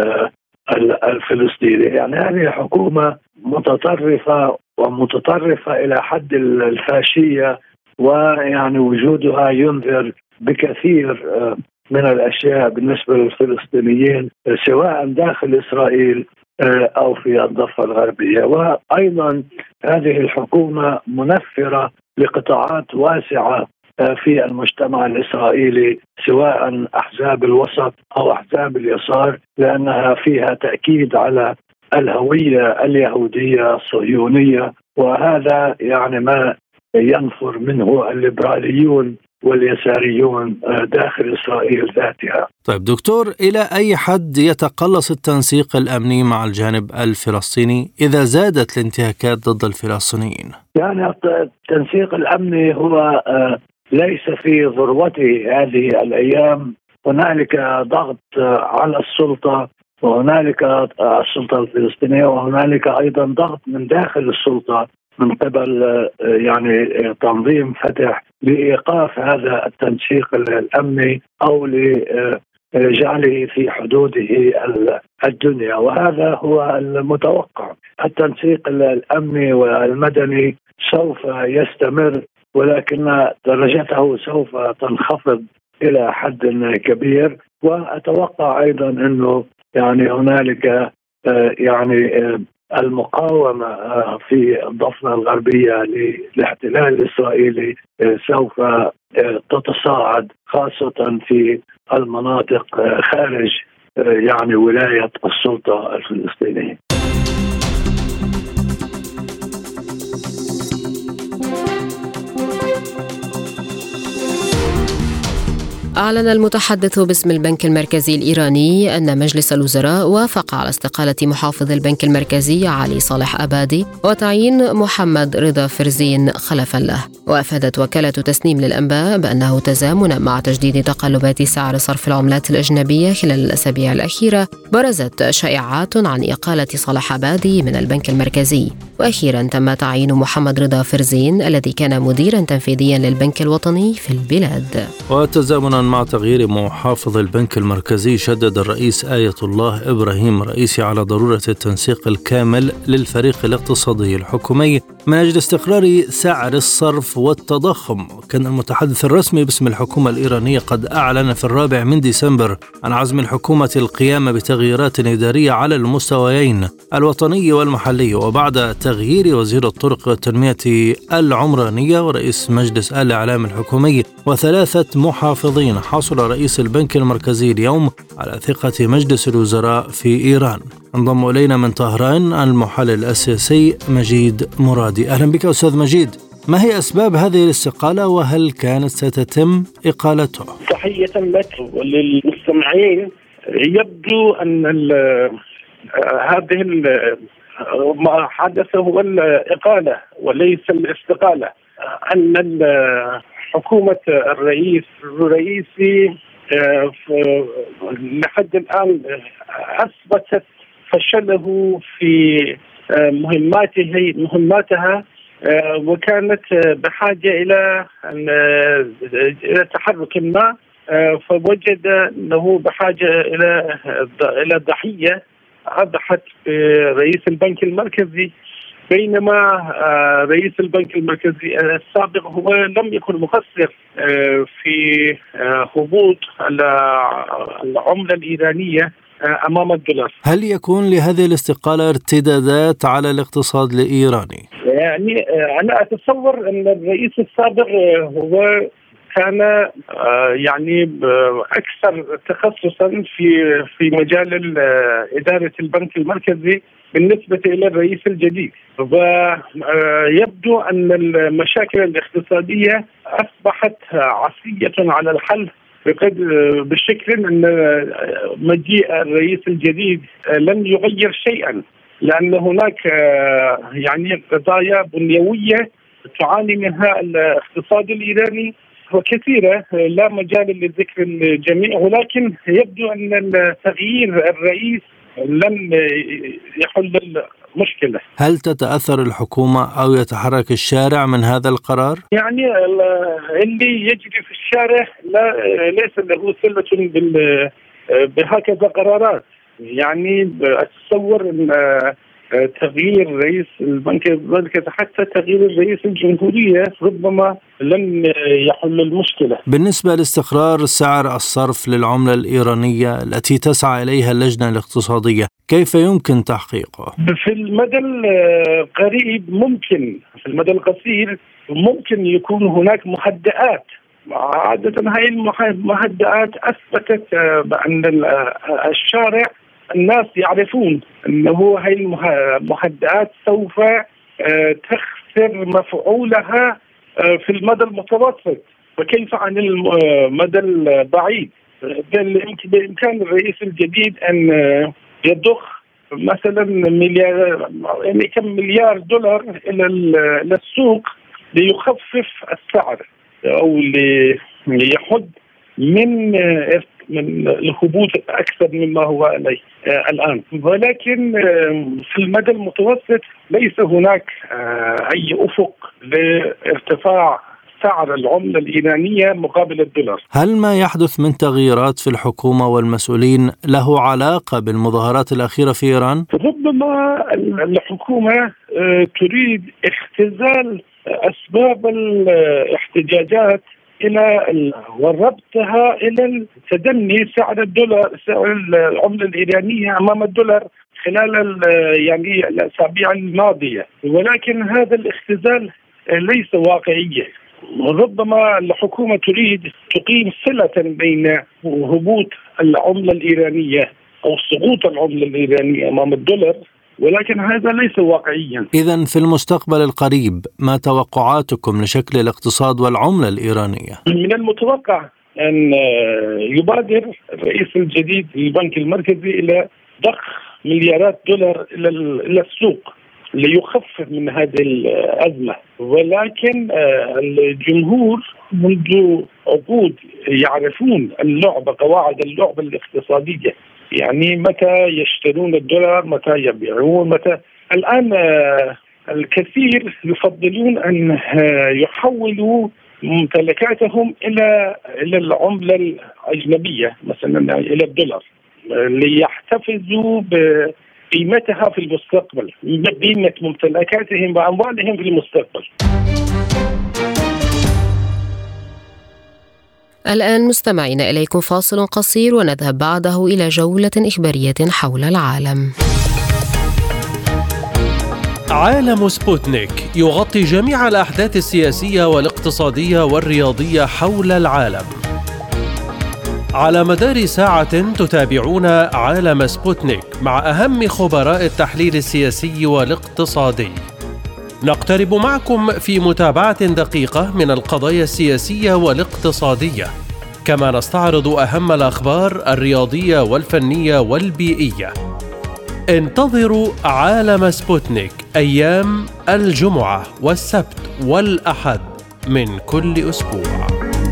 الفلسطيني. يعني هذه حكومة متطرفة ومتطرفة إلى حد الفاشية، ويعني وجودها ينذر بكثير من الأشياء بالنسبة للفلسطينيين سواء داخل إسرائيل أو في الضفة الغربية. وأيضا هذه الحكومة منفرة لقطاعات واسعة في المجتمع الإسرائيلي، سواء أحزاب الوسط أو أحزاب اليسار، لأنها فيها تأكيد على الهوية اليهودية الصهيونية، وهذا يعني ما ينفر منه الليبراليون واليساريون داخل إسرائيل ذاتها. طيب دكتور، إلى أي حد يتقلص التنسيق الأمني مع الجانب الفلسطيني إذا زادت الانتهاكات ضد الفلسطينيين؟ يعني التنسيق الأمني هو ليس في ذروته هذه الأيام. هنالك ضغط على السلطة، وهنالك السلطة الفلسطينية، وهنالك أيضا ضغط من داخل السلطة من قبل يعني تنظيم فتح لإيقاف هذا التنسيق الأمني أو لجعله في حدوده الدنيا، وهذا هو المتوقع. التنسيق الأمني والمدني سوف يستمر، ولكن درجته سوف تنخفض إلى حد كبير. وأتوقع أيضا أنه يعني هنالك يعني المقاومة في الضفة الغربية للاحتلال الإسرائيلي سوف تتصاعد، خاصة في المناطق خارج يعني ولاية السلطة الفلسطينية. أعلن المتحدث باسم البنك المركزي الإيراني أن مجلس الوزراء وافق على استقالة محافظ البنك المركزي علي صالح أبادي وتعيين محمد رضا فرزين خلفا له. وأفادت وكالة تسنيم للأنباء بأنه تزامنا مع تجديد تقلبات سعر صرف العملات الأجنبية خلال الأسابيع الأخيرة، برزت شائعات عن إقالة صالح أبادي من البنك المركزي. وأخيرا تم تعيين محمد رضا فرزين الذي كان مديرا تنفيذيا للبنك الوطني في البلاد. وتزامنا مع تغيير محافظ البنك المركزي، شدد الرئيس آية الله إبراهيم رئيسي على ضرورة التنسيق الكامل للفريق الاقتصادي الحكومي من أجل استقرار سعر الصرف والتضخم. كان المتحدث الرسمي باسم الحكومة الإيرانية قد أعلن في 4 ديسمبر عن عزم الحكومة القيام بتغييرات إدارية على المستويين الوطني والمحلي، وبعد تغيير وزير الطرق والتنمية العمرانية ورئيس مجلس الإعلام الحكومي و3 محافظين، حصل رئيس البنك المركزي اليوم على ثقة مجلس الوزراء في إيران. انضم إلينا من طهران المحلل السياسي مجيد مرادي. أهلا بك أستاذ مجيد. ما هي أسباب هذه الاستقالة وهل كانت ستتم إقالته؟ تحية لك وللمستمعين. يبدو أن هذه ما حدث هو الإقالة وليس الاستقالة، أن حكومة الرئيسي لحد الآن أثبتت فشله في مهماتها، وكانت بحاجة إلى تحرك ما، فوجد أنه بحاجة إلى ضحية أضحت برئيس البنك المركزي، بينما رئيس البنك المركزي السابق هو لم يكن مقصر في هبوط العملة الإيرانية أمام الدولار. هل يكون لهذه الاستقالة ارتدادات على الاقتصاد الإيراني؟ يعني أنا أتصور أن الرئيس السابق هو كان يعني أكثر تخصصا في مجال إدارة البنك المركزي بالنسبة إلى الرئيس الجديد، ويبدو أن المشاكل الاقتصادية أصبحت عصية على الحل بشكل أن مجيء الرئيس الجديد لن يغير شيئا، لأن هناك يعني قضايا بنيوية تعاني منها الاقتصاد الإيراني وكثيرة لا مجال لذكر الجميع، ولكن يبدو أن تغيير الرئيس لن يحل المشكلة. هل تتأثر الحكومة أو يتحرك الشارع من هذا القرار؟ يعني اللي يجري في الشارع ليس له صلة بهكذا قرارات. يعني أتصور أن تغيير رئيس البنك المركزي حتى تغيير رئيس الجمهورية ربما لن يحل المشكلة. بالنسبة لاستقرار سعر الصرف للعملة الإيرانية التي تسعى إليها اللجنة الاقتصادية، كيف يمكن تحقيقه؟ في المدى القريب ممكن، في المدى القصير ممكن يكون هناك مهدئات. عادة هاي المهدئات أثبتت بأن الشارع الناس يعرفون أنه هاي المهدئات سوف تخسر مفعولها في المدى المتوسط، وكيف عن المدى البعيد. بإمكان الرئيس الجديد أن يضخ مثلا كم مليار دولار إلى السوق ليخفف السعر أو ليحد من الهبوط أكثر مما هو عليه الآن. ولكن في المدى المتوسط ليس هناك أي أفق لارتفاع سعر العملة الإيرانية مقابل الدولار. هل ما يحدث من تغييرات في الحكومة والمسؤولين له علاقة بالمظاهرات الأخيرة في إيران؟ ربما الحكومة تريد اختزال أسباب الاحتجاجات وربطها إلى تدني سعر العملة الإيرانية أمام الدولار خلال يعني الأسابيع الماضية، ولكن هذا الاختزال ليس واقعية. ربما الحكومة تريد تقيم صلة بين هبوط العملة الإيرانية أو سقوط العملة الإيرانية أمام الدولار، ولكن هذا ليس واقعيا. إذن في المستقبل القريب ما توقعاتكم لشكل الاقتصاد والعملة الإيرانية؟ من المتوقع أن يبادر الرئيس الجديد للبنك المركزي إلى ضخ مليارات دولار إلى السوق ليخفف من هذه الأزمة، ولكن الجمهور منذ عقود يعرفون قواعد اللعبة الاقتصادية، يعني متى يشترون الدولار، متى يبيعون، الآن الكثير يفضلون أن يحولوا ممتلكاتهم إلى العملة الأجنبية، مثلا إلى الدولار، ليحتفظوا قيمتها في المستقبل، قيمة ممتلكاتهم وأموالهم في المستقبل. الآن مستمعين إليكم فاصل قصير ونذهب بعده إلى جولة إخبارية حول العالم. عالم سبوتنيك يغطي جميع الأحداث السياسية والاقتصادية والرياضية حول العالم. على مدار ساعة تتابعون عالم سبوتنيك مع أهم خبراء التحليل السياسي والاقتصادي. نقترب معكم في متابعة دقيقة من القضايا السياسية والاقتصادية، كما نستعرض أهم الأخبار الرياضية والفنية والبيئية. انتظروا عالم سبوتنيك أيام الجمعة والسبت والأحد من كل أسبوع.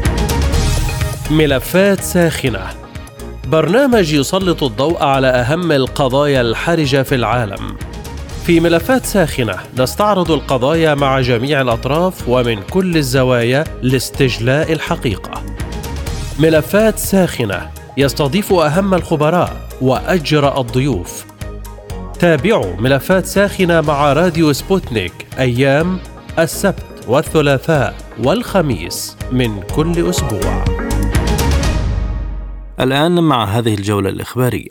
ملفات ساخنة، برنامج يسلط الضوء على أهم القضايا الحرجة في العالم. في ملفات ساخنة نستعرض القضايا مع جميع الأطراف ومن كل الزوايا لاستجلاء الحقيقة. ملفات ساخنة يستضيف أهم الخبراء وأجرأ الضيوف. تابعوا ملفات ساخنة مع راديو سبوتنيك أيام السبت والثلاثاء والخميس من كل أسبوع. الآن مع هذه الجولة الإخبارية.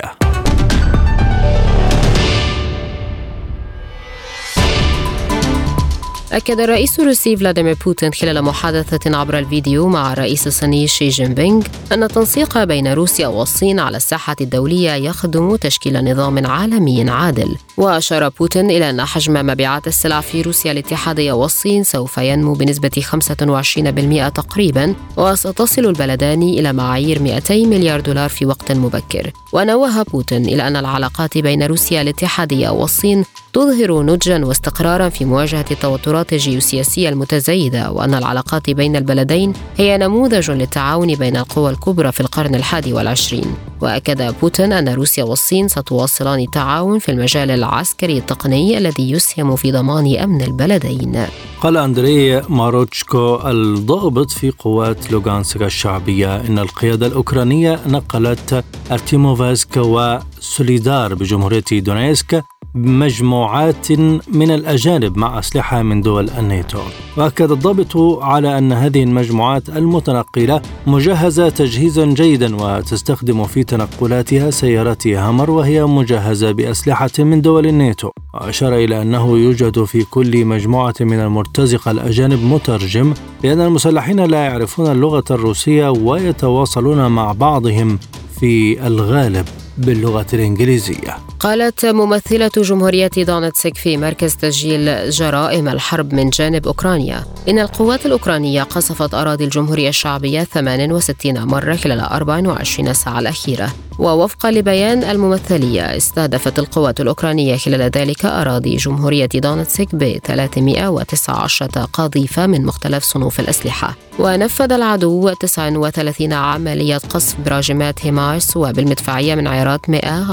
أكد الرئيس الروسي فلاديمير بوتين خلال محادثة عبر الفيديو مع الرئيس الصيني شي جين بينغ أن التنسيق بين روسيا والصين على الساحة الدولية يخدم تشكيل نظام عالمي عادل. وأشار بوتين إلى أن حجم مبيعات السلع في روسيا الاتحادية والصين سوف ينمو بنسبة 25% تقريبا، وستصل البلدان إلى معايير 200 مليار دولار في وقت مبكر. ونوه بوتين إلى أن العلاقات بين روسيا الاتحادية والصين تظهر نضجا واستقرارا في مواجهة التوترات الجيوسياسية المتزايدة، وأن العلاقات بين البلدين هي نموذج للتعاون بين القوى الكبرى في القرن 21. وأكد بوتين أن روسيا والصين ستواصلان التعاون في المجال العسكري التقني الذي يسهم في ضمان أمن البلدين. قال أندري ماروتشكو الضابط في قوات لوغانسك الشعبية إن القيادة الأوكرانية نقلت أرتيموفسك وسوليدار بجمهورية دونيسك مجموعات من الأجانب مع أسلحة من دول الناتو. وأكد الضابط على أن هذه المجموعات المتنقلة مجهزة تجهيزا جيدا وتستخدم في تنقلاتها سيارات هامر وهي مجهزة بأسلحة من دول الناتو. وأشار إلى أنه يوجد في كل مجموعة من المرتزقة الأجانب مترجم، لأن المسلحين لا يعرفون اللغة الروسية ويتواصلون مع بعضهم في الغالب باللغة الإنجليزية. قالت ممثلة جمهورية دونتسك في مركز تسجيل جرائم الحرب من جانب أوكرانيا إن القوات الأوكرانية قصفت أراضي الجمهورية الشعبية 68 مرة خلال 24 ساعة الأخيرة. ووفقا لبيان الممثلية استهدفت القوات الأوكرانية خلال ذلك أراضي جمهورية دونتسك ب 319 قاذيفة من مختلف صنوف الأسلحة. ونفذ العدو 39 عملية قصف براجمات هيمارس وبالمدفعية من عيارات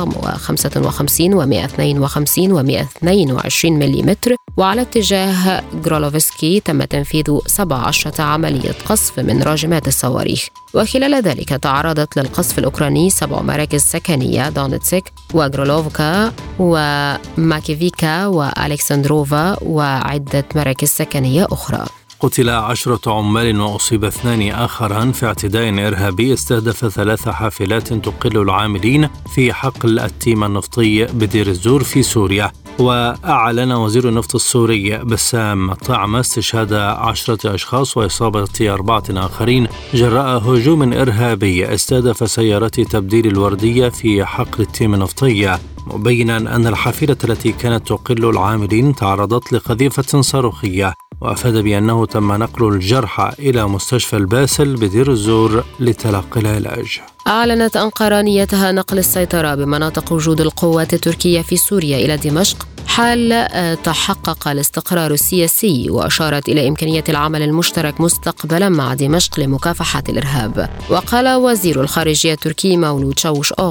155 و152 و122 ملم. وعلى اتجاه غرولوفسكي تم تنفيذ 17 عملية قصف من راجمات الصواريخ. وخلال ذلك تعرضت للقصف الأوكراني 7 مراكز سكنية دونتسك وغرولوفكا وماكيفيكا وألكسندروفا وعدة مراكز سكنية أخرى. قتل 10 عمال وأصيب 2 آخران في اعتداء إرهابي استهدف 3 حافلات تقل العاملين في حقل التيم النفطي بدير الزور في سوريا. وأعلن وزير النفط السوري بسام طعمة استشهاد 10 أشخاص وإصابة 4 آخرين جراء هجوم إرهابي استهدف سيارات تبديل الوردية في حقل التيم النفطي، مبينا أن الحافلة التي كانت تقل العاملين تعرضت لقذيفة صاروخية. وأفاد بأنه تم نقل الجرحى إلى مستشفى الباسل بدير الزور لتلقي العلاج. أعلنت أنقرة نيتها نقل السيطرة بمناطق وجود القوات التركية في سوريا إلى دمشق حال تحقق الاستقرار السياسي، وأشارت إلى إمكانية العمل المشترك مستقبلا مع دمشق لمكافحة الإرهاب. وقال وزير الخارجية التركي مولود شاوش أوغلو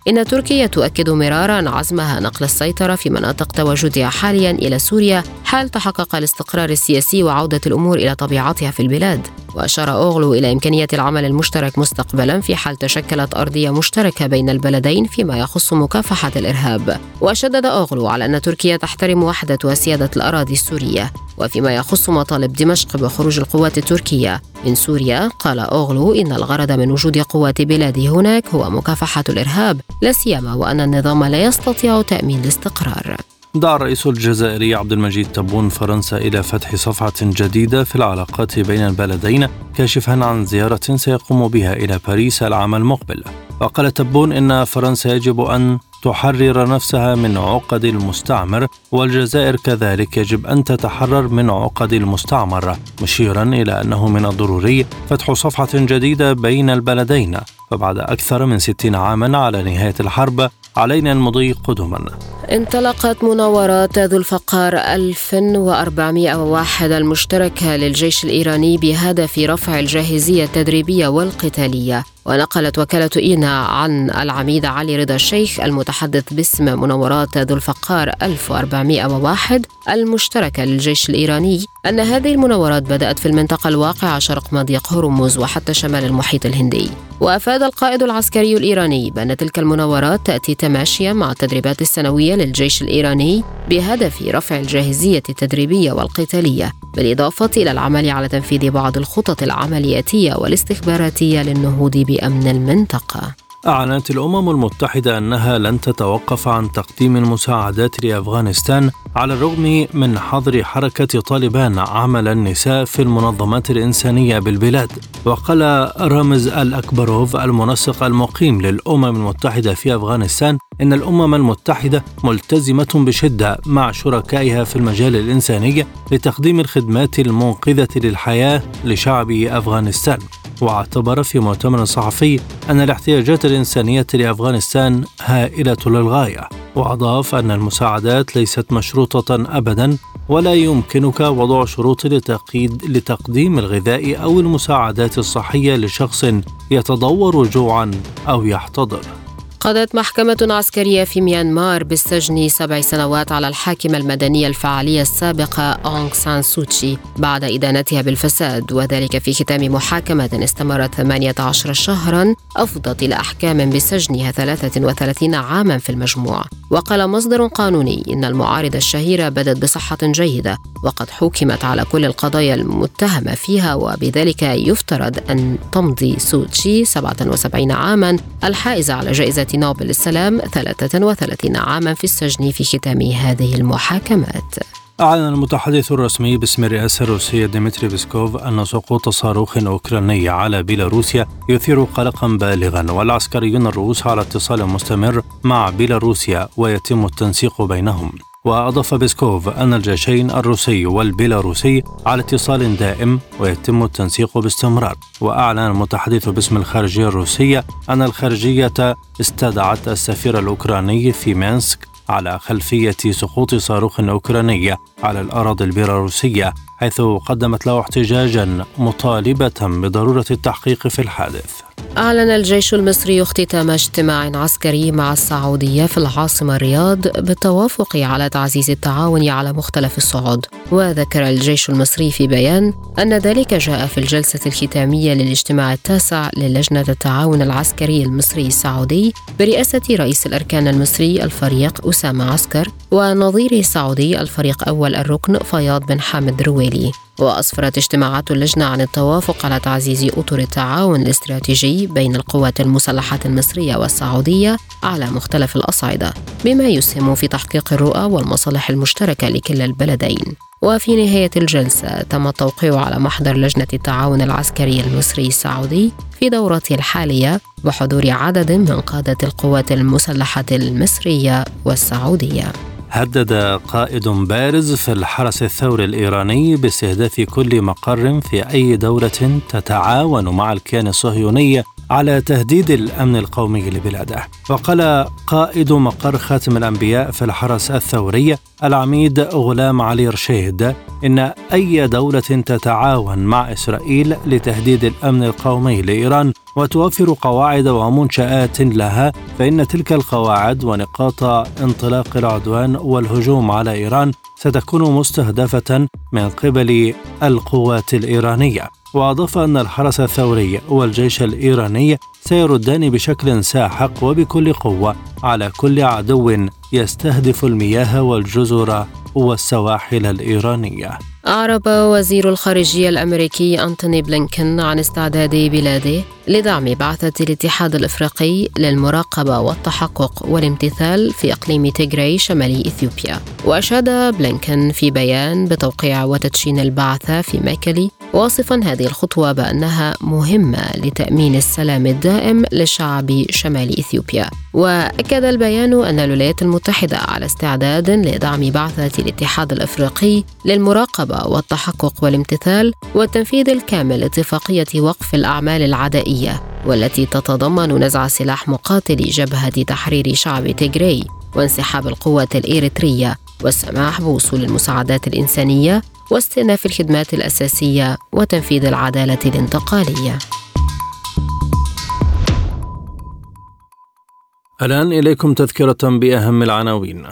إن تركيا تؤكد مرارا عزمها نقل السيطرة في مناطق تواجدها حاليا إلى سوريا حال تحقق الاستقرار السياسي وعودة الأمور إلى طبيعتها في البلاد. وأشار أوغلو إلى إمكانية العمل المشترك مستقبلا في حال تشكلت أرضية مشتركة بين البلدين فيما يخص مكافحة الإرهاب. وشدد أوغلو على أن تركيا تحترم وحدة وسيادة الأراضي السورية. وفيما يخص مطالب دمشق بخروج القوات التركية من سوريا، قال أوغلو إن الغرض من وجود قوات بلاده هناك هو مكافحة الإرهاب، لا سيما وأن النظام لا يستطيع تأمين الاستقرار. دعا الرئيس الجزائري عبد المجيد تبون فرنسا إلى فتح صفحة جديدة في العلاقات بين البلدين، كاشفا عن زيارة سيقوم بها إلى باريس العام المقبل. وقال تبون إن فرنسا يجب أن تحرر نفسها من عقد المستعمر، والجزائر كذلك يجب أن تتحرر من عقد المستعمر، مشيرا إلى أنه من الضروري فتح صفحة جديدة بين البلدين. فبعد أكثر من 60 عاما على نهاية الحرب علينا المضي قدما. انطلقت مناورات ذو الفقار 1401 المشتركة للجيش الإيراني بهدف رفع الجاهزية التدريبية والقتالية. ونقلت وكالة إينا عن العميد علي رضا الشيخ المتحدث باسم مناورات ذو الفقار 1401 المشتركة للجيش الإيراني أن هذه المناورات بدأت في المنطقة الواقعة شرق مضيق هرمز وحتى شمال المحيط الهندي. وأفاد القائد العسكري الإيراني بأن تلك المناورات تأتي تماشيا مع التدريبات السنوية للجيش الإيراني بهدف رفع الجاهزية التدريبية والقتالية، بالإضافة إلى العمل على تنفيذ بعض الخطط العملياتية والاستخباراتية للنهوض بأمن المنطقة. أعلنت الأمم المتحدة أنها لن تتوقف عن تقديم المساعدات لأفغانستان على الرغم من حظر حركة طالبان عمل النساء في المنظمات الإنسانية بالبلاد. وقال رامز الأكبروف المنسق المقيم للأمم المتحدة في أفغانستان إن الأمم المتحدة ملتزمة بشدة مع شركائها في المجال الإنساني لتقديم الخدمات المنقذة للحياة لشعب أفغانستان. واعتبر في مؤتمر صحفي أن الاحتياجات الإنسانية لأفغانستان هائلة للغاية. وأضاف أن المساعدات ليست مشروطة أبدا، ولا يمكنك وضع شروط لتقديم الغذاء أو المساعدات الصحية لشخص يتضور جوعا أو يحتضر. قضت محكمة عسكرية في ميانمار بالسجن 7 سنوات على الحاكمة المدنية الفعالية السابقة أونغ سان سوتشي بعد إدانتها بالفساد، وذلك في ختام محاكمة استمرت 18 شهرا أفضت إلى أحكام بسجنها 33 عاما في المجموع. وقال مصدر قانوني إن المعارضة الشهيرة بدت بصحة جيدة وقد حكمت على كل القضايا المتهمة فيها، وبذلك يفترض أن تمضي سوتشي 77 عاما الحائزة على جائزة نوبل السلام 33 عاما في السجن في ختام هذه المحاكمات. أعلن المتحدث الرسمي باسم الرئاسة الروسية ديمتري بيسكوف أن سقوط صاروخ أوكراني على بيلاروسيا يثير قلقا بالغا، والعسكريون الروس على اتصال مستمر مع بيلاروسيا ويتم التنسيق بينهم. وأضاف بيسكوف أن الجيشين الروسي والبيلاروسي على اتصال دائم ويتم التنسيق باستمرار. وأعلن المتحدث باسم الخارجية الروسية أن الخارجية استدعت السفير الأوكراني في مينسك على خلفية سقوط صاروخ أوكراني على الأراضي البيلاروسية، حيث قدمت له احتجاجا مطالبة بضرورة التحقيق في الحادث. أعلن الجيش المصري اختتام اجتماع عسكري مع السعودية في العاصمة الرياض بالتوافق على تعزيز التعاون على مختلف الصعود. وذكر الجيش المصري في بيان أن ذلك جاء في الجلسة الختامية للاجتماع التاسع للجنة التعاون العسكري المصري السعودي برئاسة رئيس الأركان المصري الفريق أسامة عسكر ونظيره السعودي الفريق أول الركن فياض بن حامد رويلي. وأسفرت اجتماعات اللجنة عن التوافق على تعزيز أطر التعاون الاستراتيجي بين القوات المسلحة المصرية والسعودية على مختلف الأصعدة، بما يسهم في تحقيق الرؤى والمصالح المشتركة لكلا البلدين. وفي نهاية الجلسة تم التوقيع على محضر لجنة التعاون العسكري المصري السعودي في دورته الحالية بحضور عدد من قادة القوات المسلحة المصرية والسعودية. هدد قائد بارز في الحرس الثوري الإيراني باستهداف كل مقر في أي دولة تتعاون مع الكيان الصهيوني على تهديد الأمن القومي لبلاده. وقال قائد مقر خاتم الأنبياء في الحرس الثوري العميد غلام علي رشيد إن أي دولة تتعاون مع إسرائيل لتهديد الأمن القومي لإيران وتوفر قواعد ومنشآت لها، فإن تلك القواعد ونقاط انطلاق العدوان والهجوم على إيران ستكون مستهدفة من قبل القوات الإيرانية. وأضاف أن الحرس الثوري والجيش الإيراني سيردان بشكل ساحق وبكل قوة على كل عدو يستهدف المياه والجزر والسواحل الإيرانية. أعرب وزير الخارجية الأمريكي أنتوني بلينكن عن استعداد بلاده لدعم بعثة الاتحاد الإفريقي للمراقبة والتحقق والامتثال في إقليم تيغراي شمالي إثيوبيا. وأشاد بلينكن في بيان بتوقيع وتدشين البعثة في ميكالي، واصفا هذه الخطوة بأنها مهمة لتأمين السلام الدائم لشعب شمال إثيوبيا. وأكد البيان أن الولايات المتحدة على استعداد لدعم بعثة الاتحاد الإفريقي للمراقبة والتحقق والامتثال والتنفيذ الكامل لاتفاقية وقف الأعمال العدائية، والتي تتضمن نزع سلاح مقاتل جبهة تحرير شعب تيغراي وانسحاب القوات الإريترية والسماح بوصول المساعدات الإنسانية واستئناف الخدمات الأساسية وتنفيذ العدالة الانتقالية. الآن إليكم تذكرة بأهم العناوين.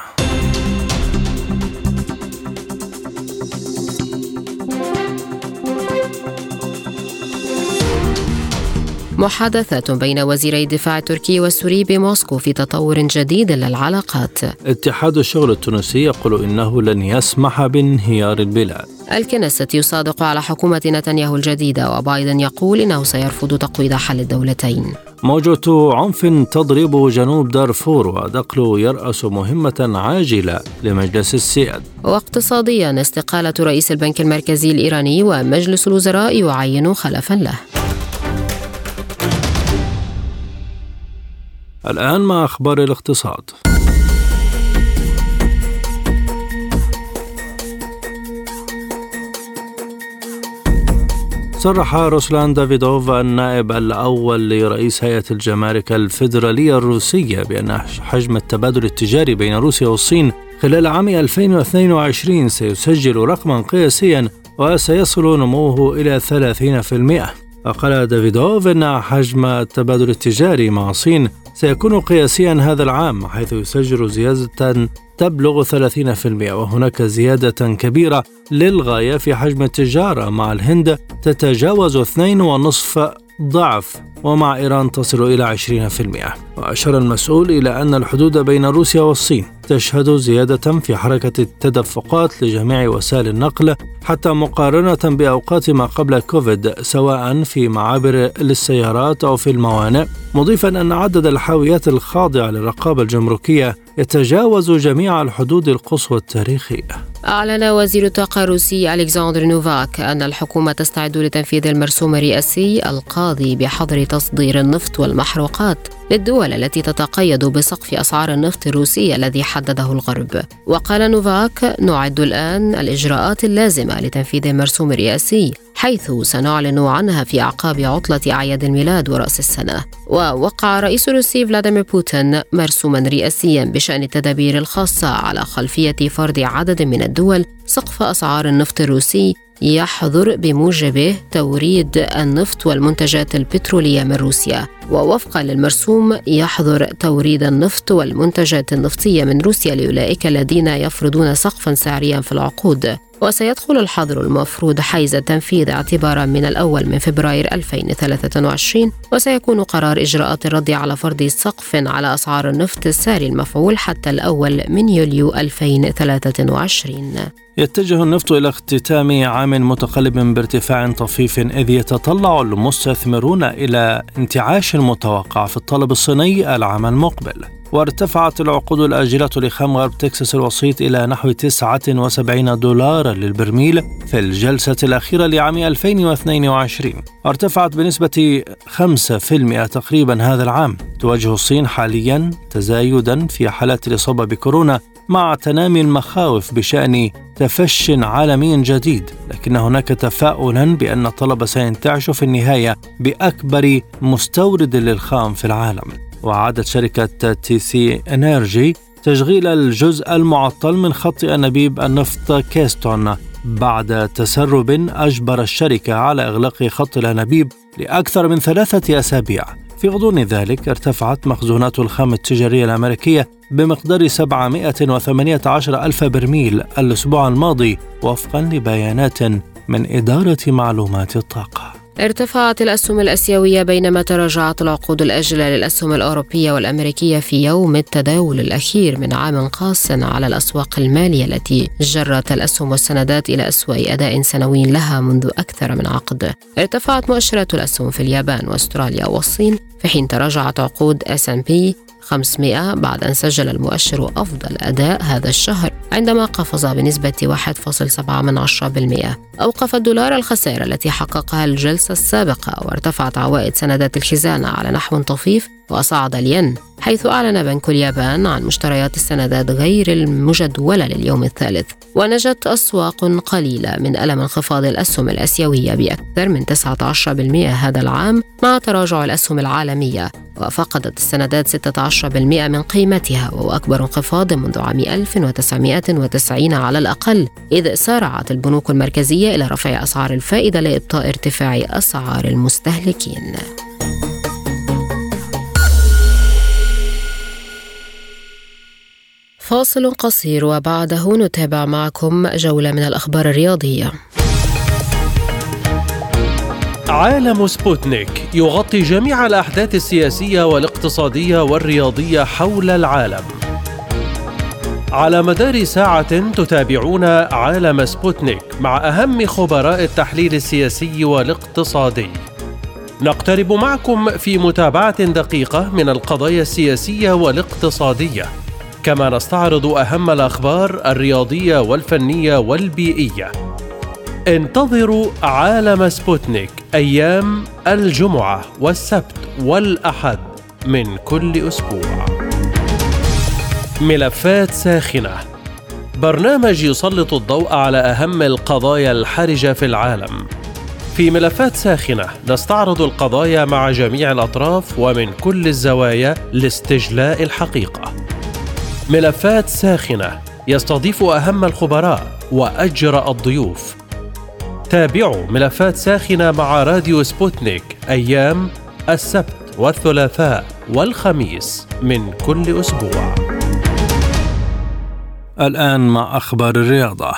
محادثات بين وزيري الدفاع التركي والسوري بموسكو في تطور جديد للعلاقات. اتحاد الشغل التونسي يقول إنه لن يسمح بانهيار البلاد. الكنيست يصادق على حكومة نتنياهو الجديدة، وبايدن يقول إنه سيرفض تقويض حل الدولتين. موجة عنف تضرب جنوب دارفور، ودقلو يرأس مهمة عاجلة لمجلس السياد. واقتصاديا استقالة رئيس البنك المركزي الإيراني، ومجلس الوزراء يعين خلفا له. الآن مع أخبار الاقتصاد. صرح روسلان دافيدوف النائب الأول لرئيس هيئة الجمارك الفيدرالية الروسية بأن حجم التبادل التجاري بين روسيا والصين خلال عام 2022 سيسجل رقما قياسيا وسيصل نموه إلى 30%. وقال دافيدوف أن حجم التبادل التجاري مع الصين سيكون قياسيا هذا العام، حيث يسجل زيادة تبلغ 30%، وهناك زيادة كبيرة للغاية في حجم التجارة مع الهند تتجاوز 2.5 ضعف، ومع إيران تصل إلى 20%. وأشار المسؤول إلى أن الحدود بين روسيا والصين تشهد زيادة في حركة التدفقات لجميع وسائل النقل حتى مقارنة بأوقات ما قبل كوفيد، سواء في معابر للسيارات أو في الموانئ، مضيفا أن عدد الحاويات الخاضعة للرقابة الجمركية يتجاوز جميع الحدود القصوى التاريخية. أعلن وزير الطاقة الروسي ألكسندر نوفاك أن الحكومة تستعد لتنفيذ المرسوم الرئاسي القاضي بحظر تصدير النفط والمحروقات للدول التي تتقيد بسقف أسعار النفط الروسي الذي حدده الغرب. وقال نوفاك: نعد الآن الإجراءات اللازمة لتنفيذ المرسوم الرئاسي، حيث سنعلن عنها في أعقاب عطلة أعياد الميلاد ورأس السنة. ووقع الرئيس الروسي فلاديمير بوتين مرسوما رئاسيا بشأن التدابير الخاصة على خلفية فرض عدد من الدول سقف أسعار النفط الروسي يحظر بموجبه توريد النفط والمنتجات البترولية من روسيا. ووفقا للمرسوم يحظر توريد النفط والمنتجات النفطية من روسيا لأولئك الذين يفرضون سقفا سعريا في العقود. وسيدخل الحظر المفروض حيز التنفيذ اعتبارا من الأول من فبراير 2023، وسيكون قرار إجراءات الرد على فرض سقف على أسعار النفط الساري المفعول حتى الأول من يوليو 2023. يتجه النفط إلى اختتام عام متقلب بارتفاع طفيف، إذ يتطلع المستثمرون إلى انتعاش المتوقع في الطلب الصيني العام المقبل. وارتفعت العقود الآجلة لخام غرب تكساس الوسيط إلى نحو $79 للبرميل في الجلسة الأخيرة لعام 2022، ارتفعت بنسبة 5% تقريبا هذا العام. تواجه الصين حاليا تزايدا في حالات الإصابة بكورونا مع تنامي المخاوف بشأن تفش عالمي جديد، لكن هناك تفاؤلا بأن طلب سينتعش في النهاية بأكبر مستورد للخام في العالم. وعادت شركة TC Energy تشغيل الجزء المعطل من خط أنابيب النفط كيستون بعد تسرب أجبر الشركة على إغلاق خط الأنابيب لأكثر من 3 أسابيع. في غضون ذلك ارتفعت مخزونات الخام التجارية الأمريكية بمقدار 718 ألف برميل الأسبوع الماضي وفقا لبيانات من إدارة معلومات الطاقة. ارتفعت الأسهم الآسيوية بينما تراجعت العقود الآجلة للأسهم الأوروبية والأمريكية في يوم التداول الأخير من عام قاس على الأسواق المالية التي جرت الأسهم والسندات إلى أسوأ أداء سنوي لها منذ أكثر من عقد. ارتفعت مؤشرات الأسهم في اليابان وأستراليا والصين، في حين تراجعت عقود S&P 500 بعد أن سجل المؤشر أفضل أداء هذا الشهر عندما قفز بنسبة 1.7%. أوقف الدولار الخسائر التي حققها الجلسة السابقة، وارتفعت عوائد سندات الخزانة على نحو طفيف، وصعد الين حيث أعلن بنك اليابان عن مشتريات السندات غير المجدولة لليوم الثالث. ونجت أسواق قليلة من ألم انخفاض الأسهم الآسيوية بأكثر من 19% هذا العام مع تراجع الأسهم العالمية، وفقدت السندات 16% من قيمتها، وهو أكبر انخفاض منذ عام 1990 على الأقل، إذ سارعت البنوك المركزية إلى رفع أسعار الفائدة لإبطاء ارتفاع أسعار المستهلكين. فاصل قصير وبعده نتابع معكم جولة من الأخبار الرياضية. عالم سبوتنيك يغطي جميع الأحداث السياسية والاقتصادية والرياضية حول العالم. على مدار ساعة تتابعون عالم سبوتنيك مع أهم خبراء التحليل السياسي والاقتصادي. نقترب معكم في متابعة دقيقة من القضايا السياسية والاقتصادية، كما نستعرض أهم الأخبار الرياضية والفنية والبيئية. انتظروا عالم سبوتنيك أيام الجمعة والسبت والأحد من كل أسبوع. ملفات ساخنة، برنامج يسلط الضوء على أهم القضايا الحرجة في العالم. في ملفات ساخنة نستعرض القضايا مع جميع الأطراف ومن كل الزوايا لاستجلاء الحقيقة. ملفات ساخنة يستضيف أهم الخبراء وأجرأ الضيوف. تابعوا ملفات ساخنة مع راديو سبوتنيك أيام السبت والثلاثاء والخميس من كل أسبوع. الآن مع أخبار الرياضة.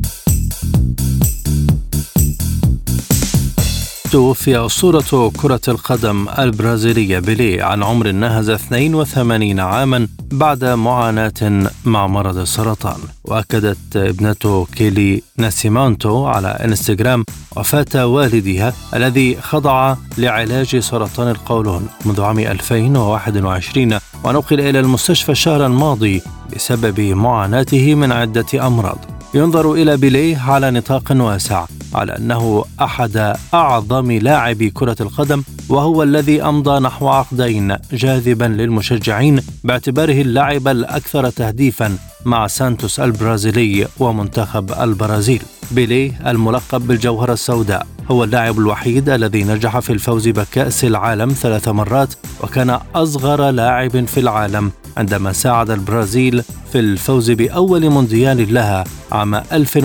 توفي أسطورة كرة القدم البرازيلية بيليه عن عمر ناهز 82 عاما بعد معاناة مع مرض السرطان. وأكدت ابنته كيلي ناسيمانتو على انستغرام وفاة والدها الذي خضع لعلاج سرطان القولون منذ عام 2021 ونقل إلى المستشفى الشهر الماضي بسبب معاناته من عدة أمراض. ينظر إلى بيليه على نطاق واسع على أنه أحد أعظم لاعبي كرة القدم، وهو الذي أمضى نحو عقدين جاذبا للمشجعين باعتباره اللاعب الأكثر تهديفا مع سانتوس البرازيلي ومنتخب البرازيل. بيليه الملقب بالجوهرة السوداء هو اللاعب الوحيد الذي نجح في الفوز بكأس العالم 3 مرات، وكان أصغر لاعب في العالم عندما ساعد البرازيل في الفوز بأول مونديال لها عام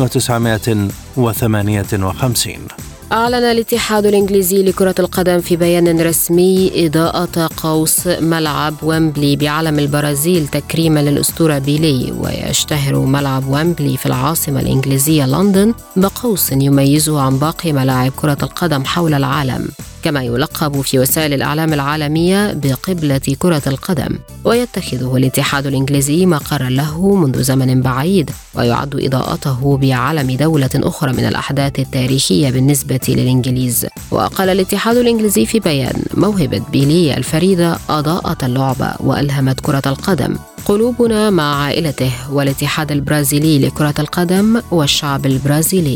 1958. أعلن الاتحاد الإنجليزي لكرة القدم في بيان رسمي إضاءة قوس ملعب ويمبلي بعلم البرازيل تكريما للأسطورة بيليه. ويشتهر ملعب ويمبلي في العاصمة الإنجليزية لندن بقوس يميزه عن باقي ملاعب كرة القدم حول العالم، كما يلقب في وسائل الإعلام العالمية بقبلة كرة القدم. ويتخذه الاتحاد الإنجليزي مقرا له منذ زمن بعيد، ويعد إضاءته بعلم دولة أخرى من الأحداث التاريخية بالنسبة للإنجليز. وقال الاتحاد الإنجليزي في بيان: موهبة بيليه الفريدة أضاءت اللعبة وألهمت كرة القدم. قلوبنا مع عائلته والاتحاد البرازيلي لكرة القدم والشعب البرازيلي.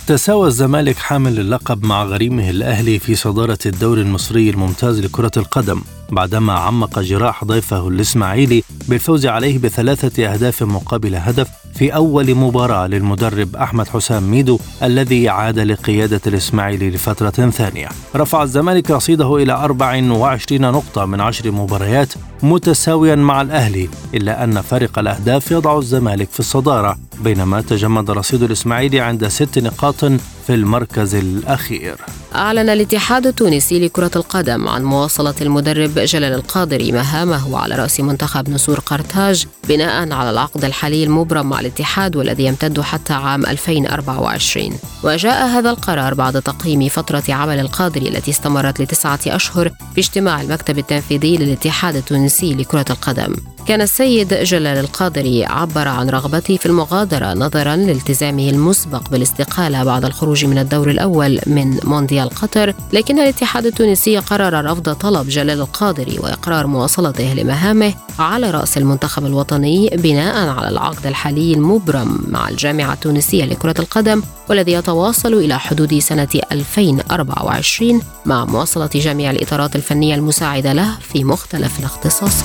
تساوى الزمالك حامل اللقب مع غريمه الأهلي في صدارة الدوري المصري الممتاز لكرة القدم بعدما عمق جراح ضيفه الإسماعيلي بالفوز عليه ب3 أهداف مقابل هدف في أول مباراة للمدرب أحمد حسام ميدو الذي عاد لقيادة الإسماعيلي لفترة ثانية. رفع الزمالك رصيده إلى 24 نقطة من 10 مباريات متساويا مع الأهلي، إلا أن فارق الأهداف يضع الزمالك في الصدارة، بينما تجمد رصيد الإسماعيلي عند 6 نقاط في المركز الأخير. أعلن الاتحاد التونسي لكرة القدم عن مواصلة المدرب جلال القادري مهامه على رأس منتخب نسور قرطاج بناء على العقد الحالي المبرم مع الاتحاد والذي يمتد حتى عام 2024. وجاء هذا القرار بعد تقييم فترة عمل القادري التي استمرت ل9 أشهر في اجتماع المكتب التنفيذي للاتحاد التونسي لكرة القدم. كان السيد جلال القادري عبر عن رغبته في المغادرة نظرا لالتزامه المسبق بالاستقالة بعد الخروج من الدور الأول من مونديال قطر، لكن الاتحاد التونسي قرر رفض طلب جلال القادري وإقرار مواصلته لمهامه على رأس المنتخب الوطني بناء على العقد الحالي المبرم مع الجامعة التونسية لكرة القدم والذي يتواصل إلى حدود سنة 2024 مع مواصلة جميع الإطارات الفنية المساعدة له في مختلف الاختصاصات.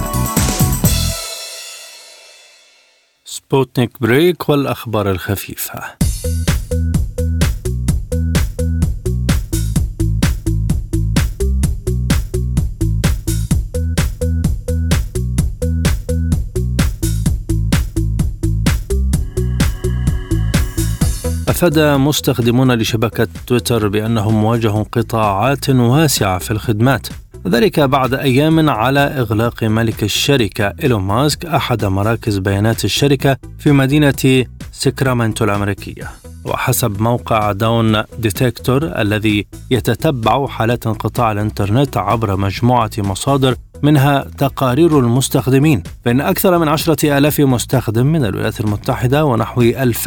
سبوتنيك بريك والأخبار الخفيفة. أفاد مستخدمون لشبكة تويتر بأنهم واجهوا انقطاعات واسعة في الخدمات، ذلك بعد أيام على إغلاق مالك الشركة إيلون ماسك أحد مراكز بيانات الشركة في مدينة ساكرامنتو الأمريكية. وحسب موقع داون ديتكتور الذي يتتبع حالات انقطاع الإنترنت عبر مجموعة مصادر منها تقارير المستخدمين، فإن أكثر من 10,000 مستخدم من الولايات المتحدة ونحو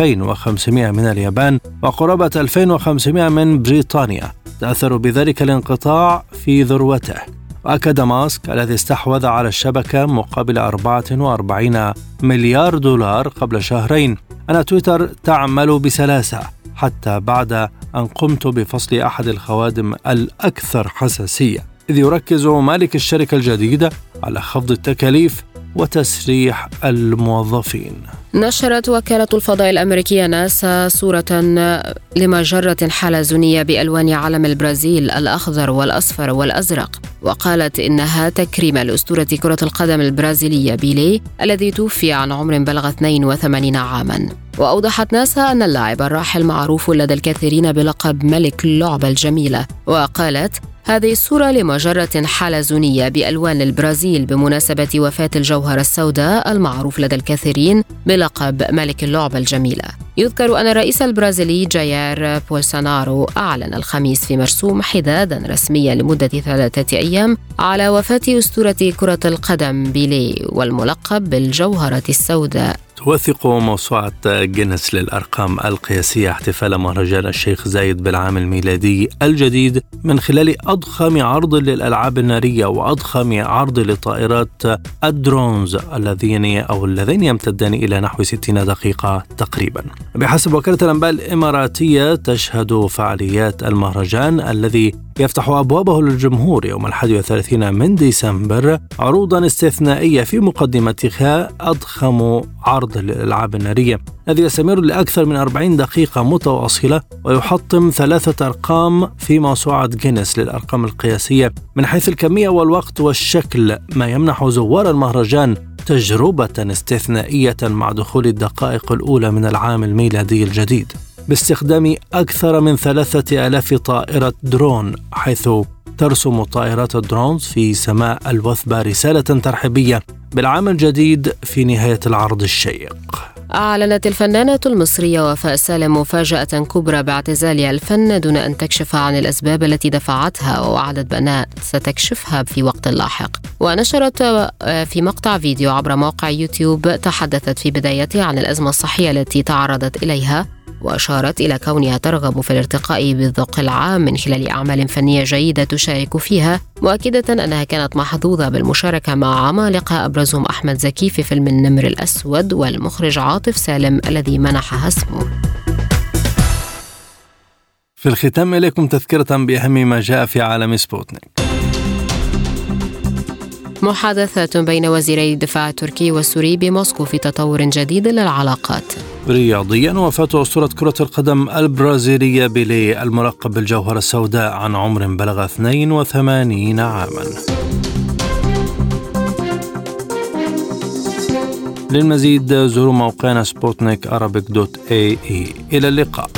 2500 من اليابان وقرابة 2500 من بريطانيا تأثروا بذلك الانقطاع في ذروته. وأكد ماسك الذي استحوذ على الشبكة مقابل 44 مليار دولار قبل شهرين أن تويتر تعمل بسلاسة حتى بعد أن قمت بفصل أحد الخوادم الأكثر حساسية، إذ يركز مالك الشركة الجديدة على خفض التكاليف وتسريح الموظفين. نشرت وكالة الفضاء الأمريكية ناسا صورة لمجرة حلزونية بألوان علم البرازيل الأخضر والأصفر والأزرق، وقالت إنها تكريما لأسطورة كرة القدم البرازيلية بيليه الذي توفي عن عمر بلغ 82 عاما. وأوضحت ناسا أن اللاعب الراحل معروف لدى الكثيرين بلقب ملك اللعبة الجميلة، وقالت هذه الصورة لمجرة حلزونية بألوان البرازيل بمناسبة وفاة الجوهرة السوداء المعروف لدى الكثيرين بلقب ملك اللعبة الجميلة. يذكر أن الرئيس البرازيلي جاير بولسونارو أعلن الخميس في مرسوم حدادا رسميا لمدة 3 أيام على وفاة أسطورة كرة القدم بيليه والملقب بالجوهرة السوداء. توثق موسوعة جينيس للأرقام القياسية احتفال مهرجان الشيخ زايد بالعام الميلادي الجديد من خلال أضخم عرض للألعاب النارية وأضخم عرض لطائرات الدرونز اللذين يمتدان إلى نحو 60 دقيقة تقريبا. بحسب وكالة الأنباء الإماراتية تشهد فعاليات المهرجان الذي يفتح أبوابه للجمهور يوم 31 من ديسمبر عروضا استثنائية في مقدمتها أضخم عرض للألعاب النارية الذي يستمر لأكثر من 40 دقيقة متواصلة ويحطم 3 أرقام في موسوعة جينيس للأرقام القياسية من حيث الكمية والوقت والشكل، ما يمنح زوار المهرجان تجربة استثنائية مع دخول الدقائق الأولى من العام الميلادي الجديد باستخدام أكثر من 3000 طائرة درون، حيث ترسم طائرات الدرونز في سماء الوثبة رسالة ترحيبية بالعام الجديد في نهاية العرض الشيق. أعلنت الفنانة المصرية وفاء سالم مفاجأة كبرى باعتزالها الفن دون أن تكشف عن الأسباب التي دفعتها، ووعدت بأنها ستكشفها في وقت لاحق. ونشرت في مقطع فيديو عبر موقع يوتيوب تحدثت في بدايته عن الأزمة الصحية التي تعرضت إليها، وأشارت إلى كونها ترغب في الارتقاء بالذوق العام من خلال أعمال فنية جيدة تشارك فيها، مؤكدة أنها كانت محظوظة بالمشاركة مع عمالقة أبرزهم أحمد زكي في فيلم النمر الأسود والمخرج عاطف سالم الذي منحها اسمه. في الختام إليكم تذكرة بأهم ما جاء في عالم سبوتنيك. محادثات بين وزيري الدفاع التركي والسوري بموسكو في تطور جديد للعلاقات. رياضيا، وفاة أسطورة كرة القدم البرازيلية بيليه الملقب بالجوهرة السوداء عن عمر بلغ 82 عاما. للمزيد زوروا موقعنا sputnikarabic.ae. إلى اللقاء.